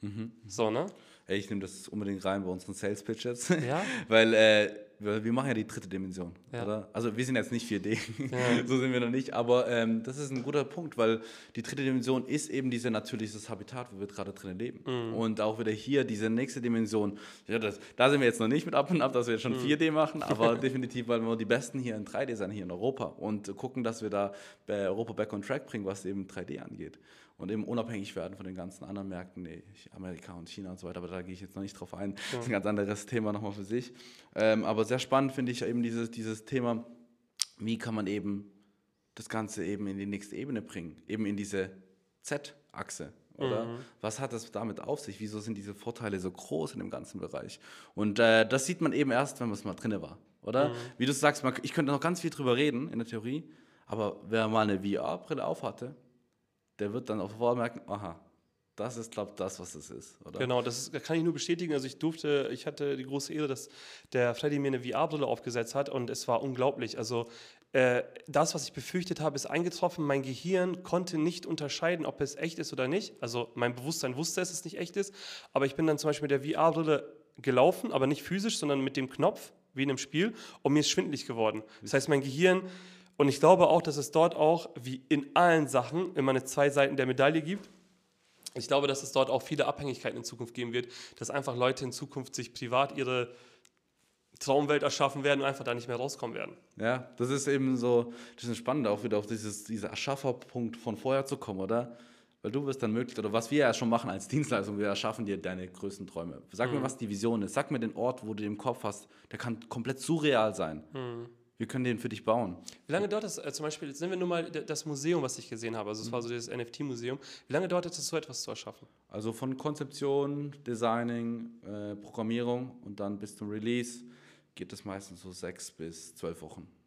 So, ne? Ey, ich nehme das unbedingt rein bei unseren Sales Pitches. Ja? Weil äh, wir, wir machen ja die dritte Dimension, Ja. oder? Also wir sind jetzt nicht vier D, Ja. so sind wir noch nicht, aber ähm, das ist ein guter Punkt, weil die dritte Dimension ist eben dieses natürliches Habitat, wo wir gerade drinnen leben. Mhm. Und auch wieder hier diese nächste Dimension, ja, das, da sind wir jetzt noch nicht mit Up und Up, dass wir jetzt schon Mhm. vier D machen, aber definitiv, weil wir die Besten hier in drei D sind, hier in Europa und gucken, dass wir da bei Europa back on track bringen, was eben drei D angeht. Und eben unabhängig werden von den ganzen anderen Märkten, nee, Amerika und China und so weiter, aber da gehe ich jetzt noch nicht drauf ein. Das ist ein ganz anderes Thema nochmal für sich. Ähm, aber sehr spannend finde ich eben dieses, dieses Thema, wie kann man eben das Ganze eben in die nächste Ebene bringen, eben in diese Z-Achse. Oder Mhm. was hat das damit auf sich? Wieso sind diese Vorteile so groß in dem ganzen Bereich? Und äh, das sieht man eben erst, wenn man es mal drinne war, oder? Mhm. Wie du sagst, man, ich könnte noch ganz viel drüber reden in der Theorie, aber wer mal eine V R-Brille aufhatte, der wird dann auf einmal merken, aha, das ist, glaube ich, das, was es ist, oder? Genau, das ist, kann ich nur bestätigen. Also ich durfte, ich hatte die große Ehre, dass der Freddy mir eine V R-Brille aufgesetzt hat und es war unglaublich. Also äh, das, was ich befürchtet habe, ist eingetroffen. Mein Gehirn konnte nicht unterscheiden, ob es echt ist oder nicht. Also mein Bewusstsein wusste, dass es nicht echt ist. Aber ich bin dann zum Beispiel mit der V R-Brille gelaufen, aber nicht physisch, sondern mit dem Knopf, wie in einem Spiel, und mir ist schwindelig geworden. Das heißt, mein Gehirn, und ich glaube auch, dass es dort auch, wie in allen Sachen, immer eine zwei Seiten der Medaille gibt. Ich glaube, dass es dort auch viele Abhängigkeiten in Zukunft geben wird, dass einfach Leute in Zukunft sich privat ihre Traumwelt erschaffen werden und einfach da nicht mehr rauskommen werden. Ja, das ist eben so, das ist spannend, auch wieder auf dieses, dieser Erschafferpunkt von vorher zu kommen, oder? Weil du wirst dann möglich, oder was wir ja schon machen als Dienstleistung, wir erschaffen dir deine größten Träume. Sag Mhm. mir, was die Vision ist. Sag mir den Ort, wo du im Kopf hast, der kann komplett surreal sein. Mhm. Wir können den für dich bauen. Wie lange dauert das, äh, zum Beispiel, jetzt nehmen wir nur mal d- das Museum, was ich gesehen habe, also es war so dieses N F T-Museum, wie lange dauert es, so etwas zu erschaffen? Also von Konzeption, Designing, äh, Programmierung und dann bis zum Release geht es meistens so sechs bis zwölf Wochen.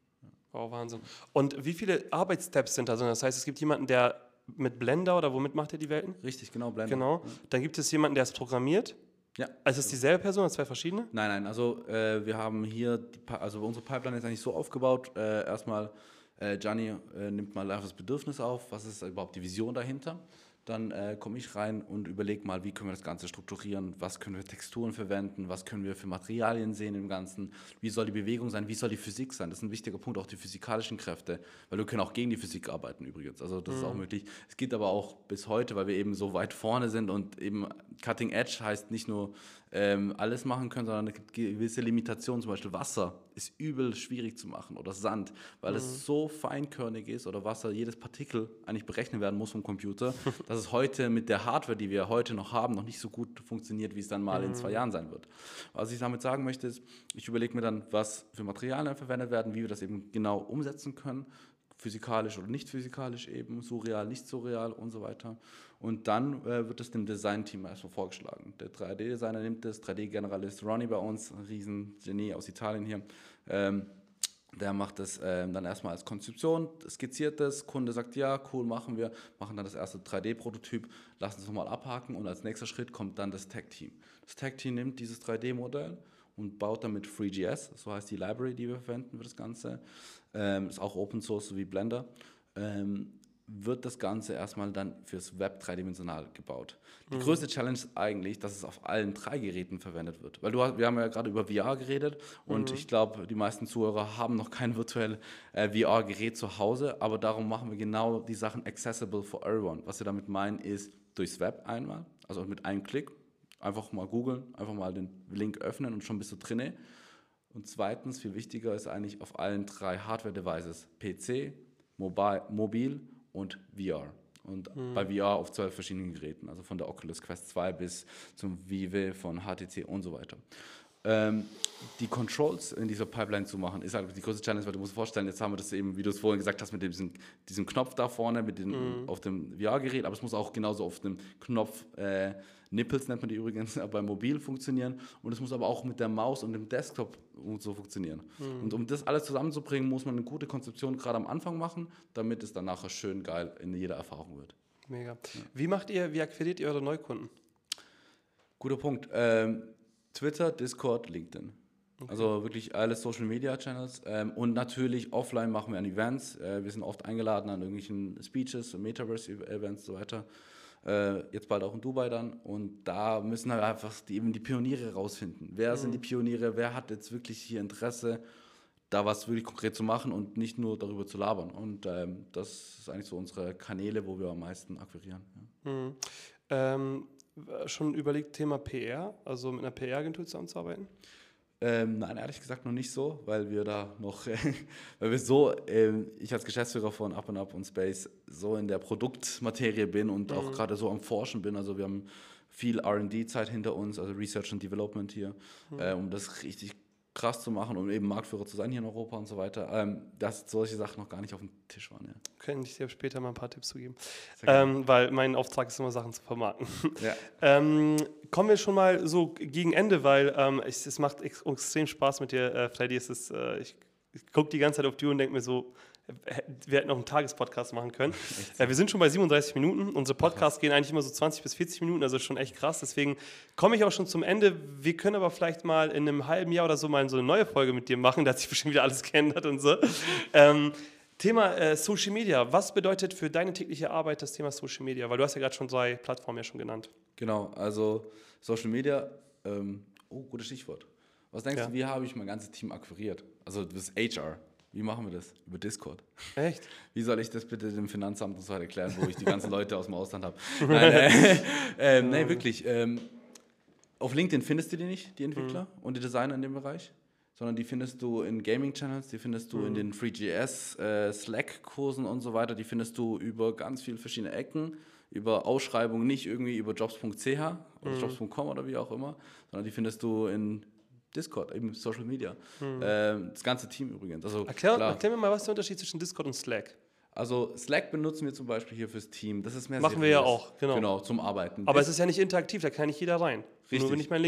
Oh, Wahnsinn. Und wie viele Arbeitssteps sind da? Also das heißt, es gibt jemanden, der mit Blender oder womit macht er die Welten? Richtig, genau, Blender. Genau. Dann gibt es jemanden, der es programmiert. Ja. Also ist es dieselbe Person oder zwei verschiedene? Nein, nein, also äh, wir haben hier, die, also unsere Pipeline ist eigentlich so aufgebaut, äh, erstmal äh, Gianni äh, nimmt mal einfach das Bedürfnis auf, was ist überhaupt die Vision dahinter. Dann äh, komme ich rein und überlege mal, wie können wir das Ganze strukturieren, was können wir Texturen verwenden, was können wir für Materialien sehen im Ganzen, wie soll die Bewegung sein, wie soll die Physik sein, das ist ein wichtiger Punkt, auch die physikalischen Kräfte, weil wir können auch gegen die Physik arbeiten übrigens, also das mhm. ist auch möglich. Es geht aber auch bis heute, weil wir eben so weit vorne sind und eben Cutting Edge heißt nicht nur ähm, alles machen können, sondern es gibt gewisse Limitationen, zum Beispiel Wasser ist übel schwierig zu machen oder Sand, weil mhm. es so feinkörnig ist oder Wasser, jedes Partikel eigentlich berechnet werden muss vom Computer, dass es heute mit der Hardware, die wir heute noch haben, noch nicht so gut funktioniert, wie es dann mal mhm. in zwei Jahren sein wird. Was ich damit sagen möchte ist, ich überlege mir dann, was für Materialien verwendet werden, wie wir das eben genau umsetzen können, physikalisch oder nicht physikalisch eben, surreal, nicht surreal und so weiter. Und dann äh, wird es dem Design-Team erstmal vorgeschlagen. Der drei D-Designer nimmt das, drei D-Generalist Ronnie bei uns, ein Riesen-Genie aus Italien hier, ähm, der macht das ähm, dann erstmal als Konzeption, skizziert das, Kunde sagt, ja, cool, machen wir, machen dann das erste drei D-Prototyp, lassen es nochmal abhaken und als nächster Schritt kommt dann das Tech-Team. Das Tech-Team nimmt dieses drei D-Modell und baut damit Free G S, so heißt die Library, die wir verwenden für das Ganze, ähm, ist auch Open Source, so wie Blender, ähm, wird das Ganze erstmal dann fürs Web dreidimensional gebaut. Die mhm. größte Challenge ist eigentlich, dass es auf allen drei Geräten verwendet wird. Weil du, wir haben ja gerade über V R geredet und mhm. ich glaube, die meisten Zuhörer haben noch kein virtuelles äh, V R-Gerät zu Hause, aber darum machen wir genau die Sachen accessible for everyone. Was wir damit meinen ist, durchs Web einmal, also mit einem Klick, einfach mal googeln, einfach mal den Link öffnen und schon bist du drinne. Und zweitens, viel wichtiger ist eigentlich auf allen drei Hardware-Devices, P C, Mobile, Mobil und V R. Und mhm. bei V R auf zwölf verschiedenen Geräten, also von der Oculus Quest zwei bis zum Vive von H T C und so weiter. Ähm, die Controls in dieser Pipeline zu machen, ist halt die größte Challenge, weil du musst dir vorstellen, jetzt haben wir das eben, wie du es vorhin gesagt hast, mit diesem, diesem Knopf da vorne, mit den, mhm. auf dem V R-Gerät, aber es muss auch genauso auf dem Knopf, äh, Nipples nennt man die übrigens, beim Mobil funktionieren und es muss aber auch mit der Maus und dem Desktop und so funktionieren. Mhm. Und um das alles zusammenzubringen, muss man eine gute Konzeption gerade am Anfang machen, damit es dann nachher schön geil in jeder Erfahrung wird. Mega. Ja. Wie macht ihr, wie akquiriert ihr eure Neukunden? Guter Punkt. Ähm, Twitter, Discord, LinkedIn. Okay. Also wirklich alle Social Media Channels. Ähm, und natürlich offline machen wir an Events. Äh, wir sind oft eingeladen an irgendwelchen Speeches, Metaverse-Events und so weiter. Äh, jetzt bald auch in Dubai dann. Und da müssen wir einfach die, eben die Pioniere rausfinden. Wer mhm. sind die Pioniere? Wer hat jetzt wirklich hier Interesse, da was wirklich konkret zu machen und nicht nur darüber zu labern? Und ähm, das ist eigentlich so unsere Kanäle, wo wir am meisten akquirieren. Ja. Mhm. Ähm, schon überlegt, Thema P R, also mit einer P R-Agentur zusammenzuarbeiten? Ähm, nein, ehrlich gesagt noch nicht so, weil wir da noch, weil wir so, ähm, ich als Geschäftsführer von Up and Up und Space so in der Produktmaterie bin und mhm. auch gerade so am Forschen bin, also wir haben viel R and D-Zeit hinter uns, also Research and Development hier, mhm. äh, um das richtig krass zu machen, um eben Marktführer zu sein hier in Europa und so weiter, ähm, dass solche Sachen noch gar nicht auf dem Tisch waren. Ja. Kann ich dir später mal ein paar Tipps zu geben, ähm, weil mein Auftrag ist immer, Sachen zu vermarkten. Ja. ähm, kommen wir schon mal so gegen Ende, weil ähm, es, es macht ex- extrem Spaß mit dir, äh, Freddy. Es ist, äh, ich ich gucke die ganze Zeit auf die Uhr und denke mir so, wir hätten noch einen Tagespodcast machen können. Äh, wir sind schon bei siebenunddreißig Minuten. Unsere Podcasts gehen eigentlich immer so zwanzig bis vierzig Minuten, also schon echt krass. Deswegen komme ich auch schon zum Ende. Wir können aber vielleicht mal in einem halben Jahr oder so mal so eine neue Folge mit dir machen. Da hat sich bestimmt wieder alles geändert und so. Ähm, Thema äh, Social Media. Was bedeutet für deine tägliche Arbeit das Thema Social Media? Weil du hast ja gerade schon zwei Plattformen ja schon genannt. Genau, also Social Media, ähm, oh, gutes Stichwort. Was denkst ja. du, wie habe ich mein ganzes Team akquiriert? Also das H R. Wie machen wir das? Über Discord. Echt? Wie soll ich das bitte dem Finanzamt und so weiter erklären, wo ich die ganzen Leute aus dem Ausland habe? Nein, äh, äh, nein, wirklich. Ähm, auf LinkedIn findest du die nicht, die Entwickler mhm. und die Designer in dem Bereich, sondern die findest du in Gaming-Channels, die findest du mhm. in den Free G S, äh, Slack-Kursen und so weiter, die findest du über ganz viele verschiedene Ecken, über Ausschreibungen, nicht irgendwie über jobs punkt c h oder mhm. jobs punkt com oder wie auch immer, sondern die findest du in Discord, eben Social Media. Mhm. Ähm, das ganze Team übrigens. Also, erklär, erklär mir mal, was ist der Unterschied zwischen Discord und Slack? Also Slack benutzen wir zum Beispiel hier fürs Team. Das ist mehr Machen seriös. Wir ja auch, genau. Genau, zum Arbeiten. Aber es ist ja nicht interaktiv, da kann nicht jeder rein. Richtig. Nur wenn ich meinen Link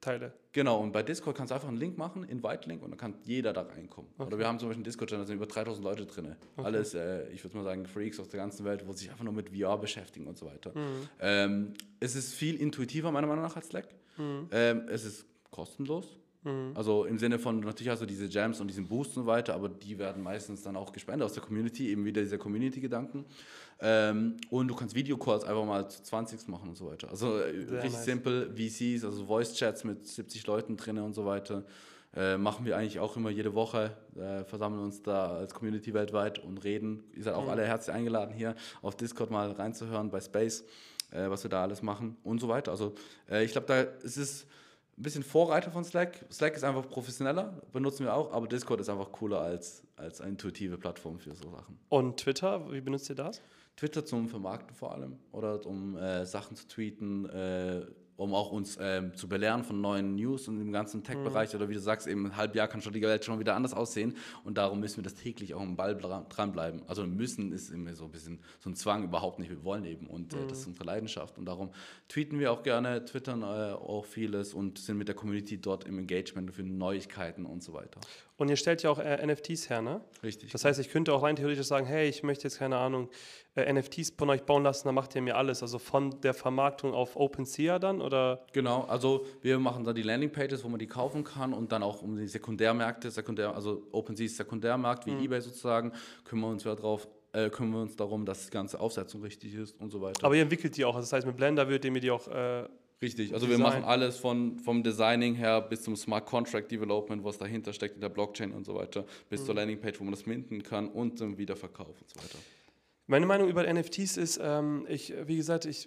teile. Genau, und bei Discord kannst du einfach einen Link machen, Invite-Link, und dann kann jeder da reinkommen. Okay. Oder wir haben zum Beispiel einen Discord-Channel, da sind über dreitausend Leute drin. Okay. Alles, äh, ich würde mal sagen, Freaks aus der ganzen Welt, wo sich einfach nur mit V R beschäftigen und so weiter. Mhm. Ähm, es ist viel intuitiver, meiner Meinung nach, als Slack. Mhm. Ähm, es ist kostenlos. Mhm. Also im Sinne von, natürlich hast du diese Jams und diesen Boost und so weiter, aber die werden meistens dann auch gespendet aus der Community, eben wieder dieser Community-Gedanken. Ähm, und du kannst Videocalls einfach mal zu zwanzig machen und so weiter. Also äh, richtig nice. Simpel, V Cs, also Voice-Chats mit siebzig Leuten drin und so weiter. Äh, machen wir eigentlich auch immer jede Woche, äh, versammeln uns da als Community weltweit und reden. Ihr seid auch mhm. alle herzlich eingeladen, hier auf Discord mal reinzuhören bei Space, äh, was wir da alles machen und so weiter. Also äh, ich glaube, da ist es ein bisschen Vorreiter von Slack. Slack ist einfach professioneller, benutzen wir auch, aber Discord ist einfach cooler als, als eine intuitive Plattform für so Sachen. Und Twitter, wie benutzt ihr das? Twitter zum Vermarkten vor allem oder um äh, Sachen zu tweeten, äh, um auch uns ähm, zu belehren von neuen News und im ganzen Tech-Bereich. Mhm. Oder wie du sagst, eben ein halbes Jahr kann schon die Welt schon wieder anders aussehen und darum müssen wir das täglich auch am Ball dranbleiben. Also müssen ist immer so ein bisschen so ein Zwang, überhaupt nicht, wir wollen eben und äh, mhm. das ist unsere Leidenschaft und darum tweeten wir auch gerne, twittern äh, auch vieles und sind mit der Community dort im Engagement für Neuigkeiten und so weiter. Und ihr stellt ja auch äh, N F Ts her, ne? Richtig. Das heißt, ich könnte auch rein theoretisch sagen, hey, ich möchte jetzt, keine Ahnung, äh, N F Ts von euch bauen lassen, dann macht ihr mir alles. Also von der Vermarktung auf OpenSea dann, oder? Genau, also wir machen da die Landingpages, wo man die kaufen kann und dann auch um die Sekundärmärkte, Sekundär, also OpenSea ist Sekundärmarkt, wie mhm. eBay sozusagen, kümmern wir uns wieder drauf, äh, kümmern wir uns darum, dass die ganze Aufsetzung richtig ist und so weiter. Aber ihr entwickelt die auch, also das heißt, mit Blender würdet ihr mir die auch... Äh Richtig, also Design. Wir machen alles von, vom Designing her bis zum Smart Contract Development, was dahinter steckt in der Blockchain und so weiter, bis mhm. zur Landingpage, wo man das minden kann und zum Wiederverkauf und so weiter. Meine Meinung über N F Ts ist, ähm, ich, wie gesagt, ich...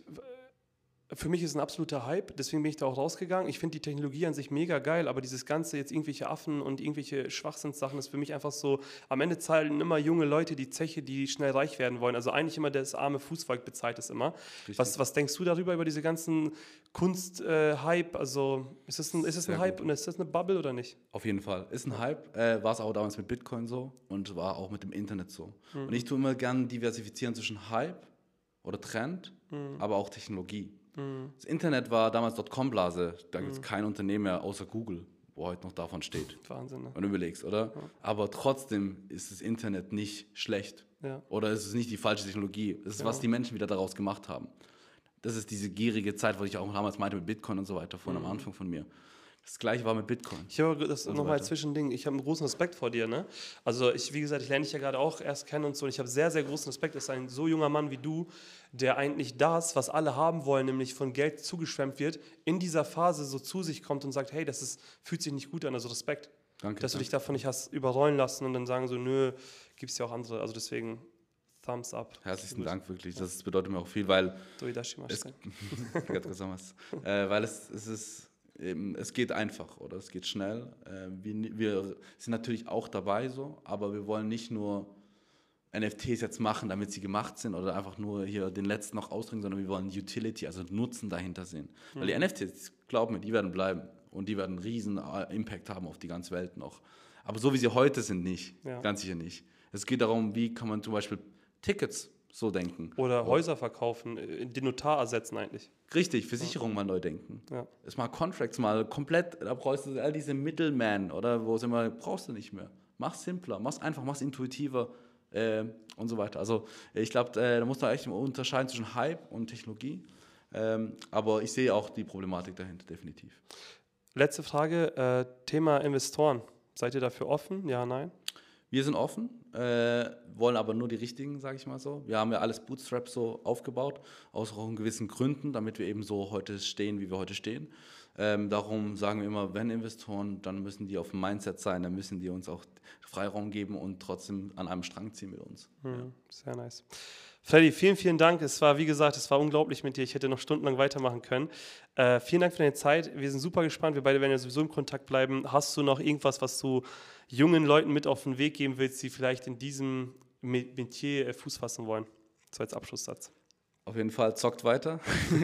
Für mich ist es ein absoluter Hype, deswegen bin ich da auch rausgegangen. Ich finde die Technologie an sich mega geil, aber dieses ganze jetzt irgendwelche Affen und irgendwelche Schwachsinnssachen ist für mich einfach so, am Ende zahlen immer junge Leute die Zeche, die schnell reich werden wollen. Also eigentlich immer das arme Fußvolk bezahlt es immer. Was, was denkst du darüber, über diese ganzen Kunst-Hype? Äh, also ist das ein, ist das ein Hype und ist das eine Bubble oder nicht? Auf jeden Fall. Ist ein Hype, äh, war es auch damals mit Bitcoin so und war auch mit dem Internet so. Mhm. Und ich tue immer gerne diversifizieren zwischen Hype oder Trend, mhm. aber auch Technologie. Das Internet war damals Dotcom-Blase, da gibt es mm. kein Unternehmen mehr außer Google, wo heute noch davon steht. Wahnsinn, ne? Wenn du überlegst, oder? Ja. Aber trotzdem ist das Internet nicht schlecht. Ja. Oder ist es nicht die falsche Technologie. Es ist, genau. was die Menschen wieder daraus gemacht haben. Das ist diese gierige Zeit, was ich auch damals meinte mit Bitcoin und so weiter, vorhin mm. am Anfang von mir. Das Gleiche war mit Bitcoin. Ich habe das nochmal als Zwischending. Ich habe einen großen Respekt vor dir. Ne? Also ich, wie gesagt, ich lerne dich ja gerade auch erst kennen und so. Und ich habe sehr, sehr großen Respekt, dass ein so junger Mann wie du, der eigentlich das, was alle haben wollen, nämlich von Geld zugeschwemmt wird, in dieser Phase so zu sich kommt und sagt, hey, das ist, fühlt sich nicht gut an. Also Respekt. Danke. Dass danke. du dich davon nicht hast überrollen lassen und dann sagen so, nö, gibt es ja auch andere. Also deswegen... Thumbs up. Herzlichen Dank, wirklich. Das bedeutet mir auch viel, weil es, äh, weil es, es ist... Es geht einfach oder es geht schnell. Wir, wir sind natürlich auch dabei so, aber wir wollen nicht nur N F Ts jetzt machen, damit sie gemacht sind oder einfach nur hier den letzten noch ausdrücken, sondern wir wollen Utility, also Nutzen dahinter sehen. Mhm. Weil die N F Ts, glaub mir, die werden bleiben und die werden einen riesen Impact haben auf die ganze Welt noch. Aber so wie sie heute sind, nicht. Ja. Ganz sicher nicht. Es geht darum, wie kann man zum Beispiel Tickets so denken. Oder Häuser verkaufen, den Notar ersetzen eigentlich. Richtig, Versicherung ja. mal neu denken. Ja. Smart Contracts mal komplett, da brauchst du all diese Middlemen, oder wo es immer, brauchst du nicht mehr. Mach's simpler, mach's einfach, mach's intuitiver äh, und so weiter. Also ich glaube, äh, da muss man echt unterscheiden zwischen Hype und Technologie. Ähm, aber ich sehe auch die Problematik dahinter, definitiv. Letzte Frage, äh, Thema Investoren. Seid ihr dafür offen? Ja, nein? Wir sind offen, äh, wollen aber nur die richtigen, sage ich mal so. Wir haben ja alles Bootstrap so aufgebaut, aus auch gewissen Gründen, damit wir eben so heute stehen, wie wir heute stehen. Ähm, darum sagen wir immer, wenn Investoren, dann müssen die auf dem Mindset sein, dann müssen die uns auch Freiraum geben und trotzdem an einem Strang ziehen mit uns. Hm, ja. Sehr nice. Freddy, vielen, vielen Dank. Es war, wie gesagt, es war unglaublich mit dir. Ich hätte noch stundenlang weitermachen können. Äh, vielen Dank für deine Zeit. Wir sind super gespannt. Wir beide werden ja sowieso im Kontakt bleiben. Hast du noch irgendwas, was du jungen Leuten mit auf den Weg geben willst, die vielleicht in diesem Metier Fuß fassen wollen? So als Abschlusssatz. Auf jeden Fall, zockt weiter.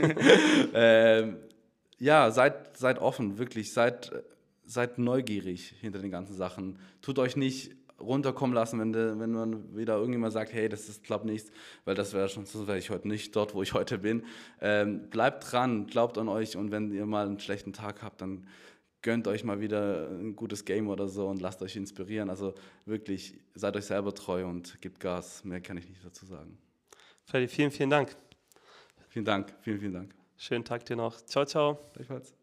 ähm, ja, seid, seid offen, wirklich. Seid, seid neugierig hinter den ganzen Sachen. Tut euch nicht runterkommen lassen, wenn, de, wenn man wieder irgendjemand sagt, hey, das ist, klappt nichts, weil das wäre schon, so wäre ich heute nicht dort, wo ich heute bin. Ähm, bleibt dran, glaubt an euch und wenn ihr mal einen schlechten Tag habt, dann gönnt euch mal wieder ein gutes Game oder so und lasst euch inspirieren. Also wirklich, seid euch selber treu und gebt Gas. Mehr kann ich nicht dazu sagen. Freddy, vielen, vielen Dank. Vielen Dank, vielen, vielen Dank. Schönen Tag dir noch. Ciao, ciao. Gleichfalls.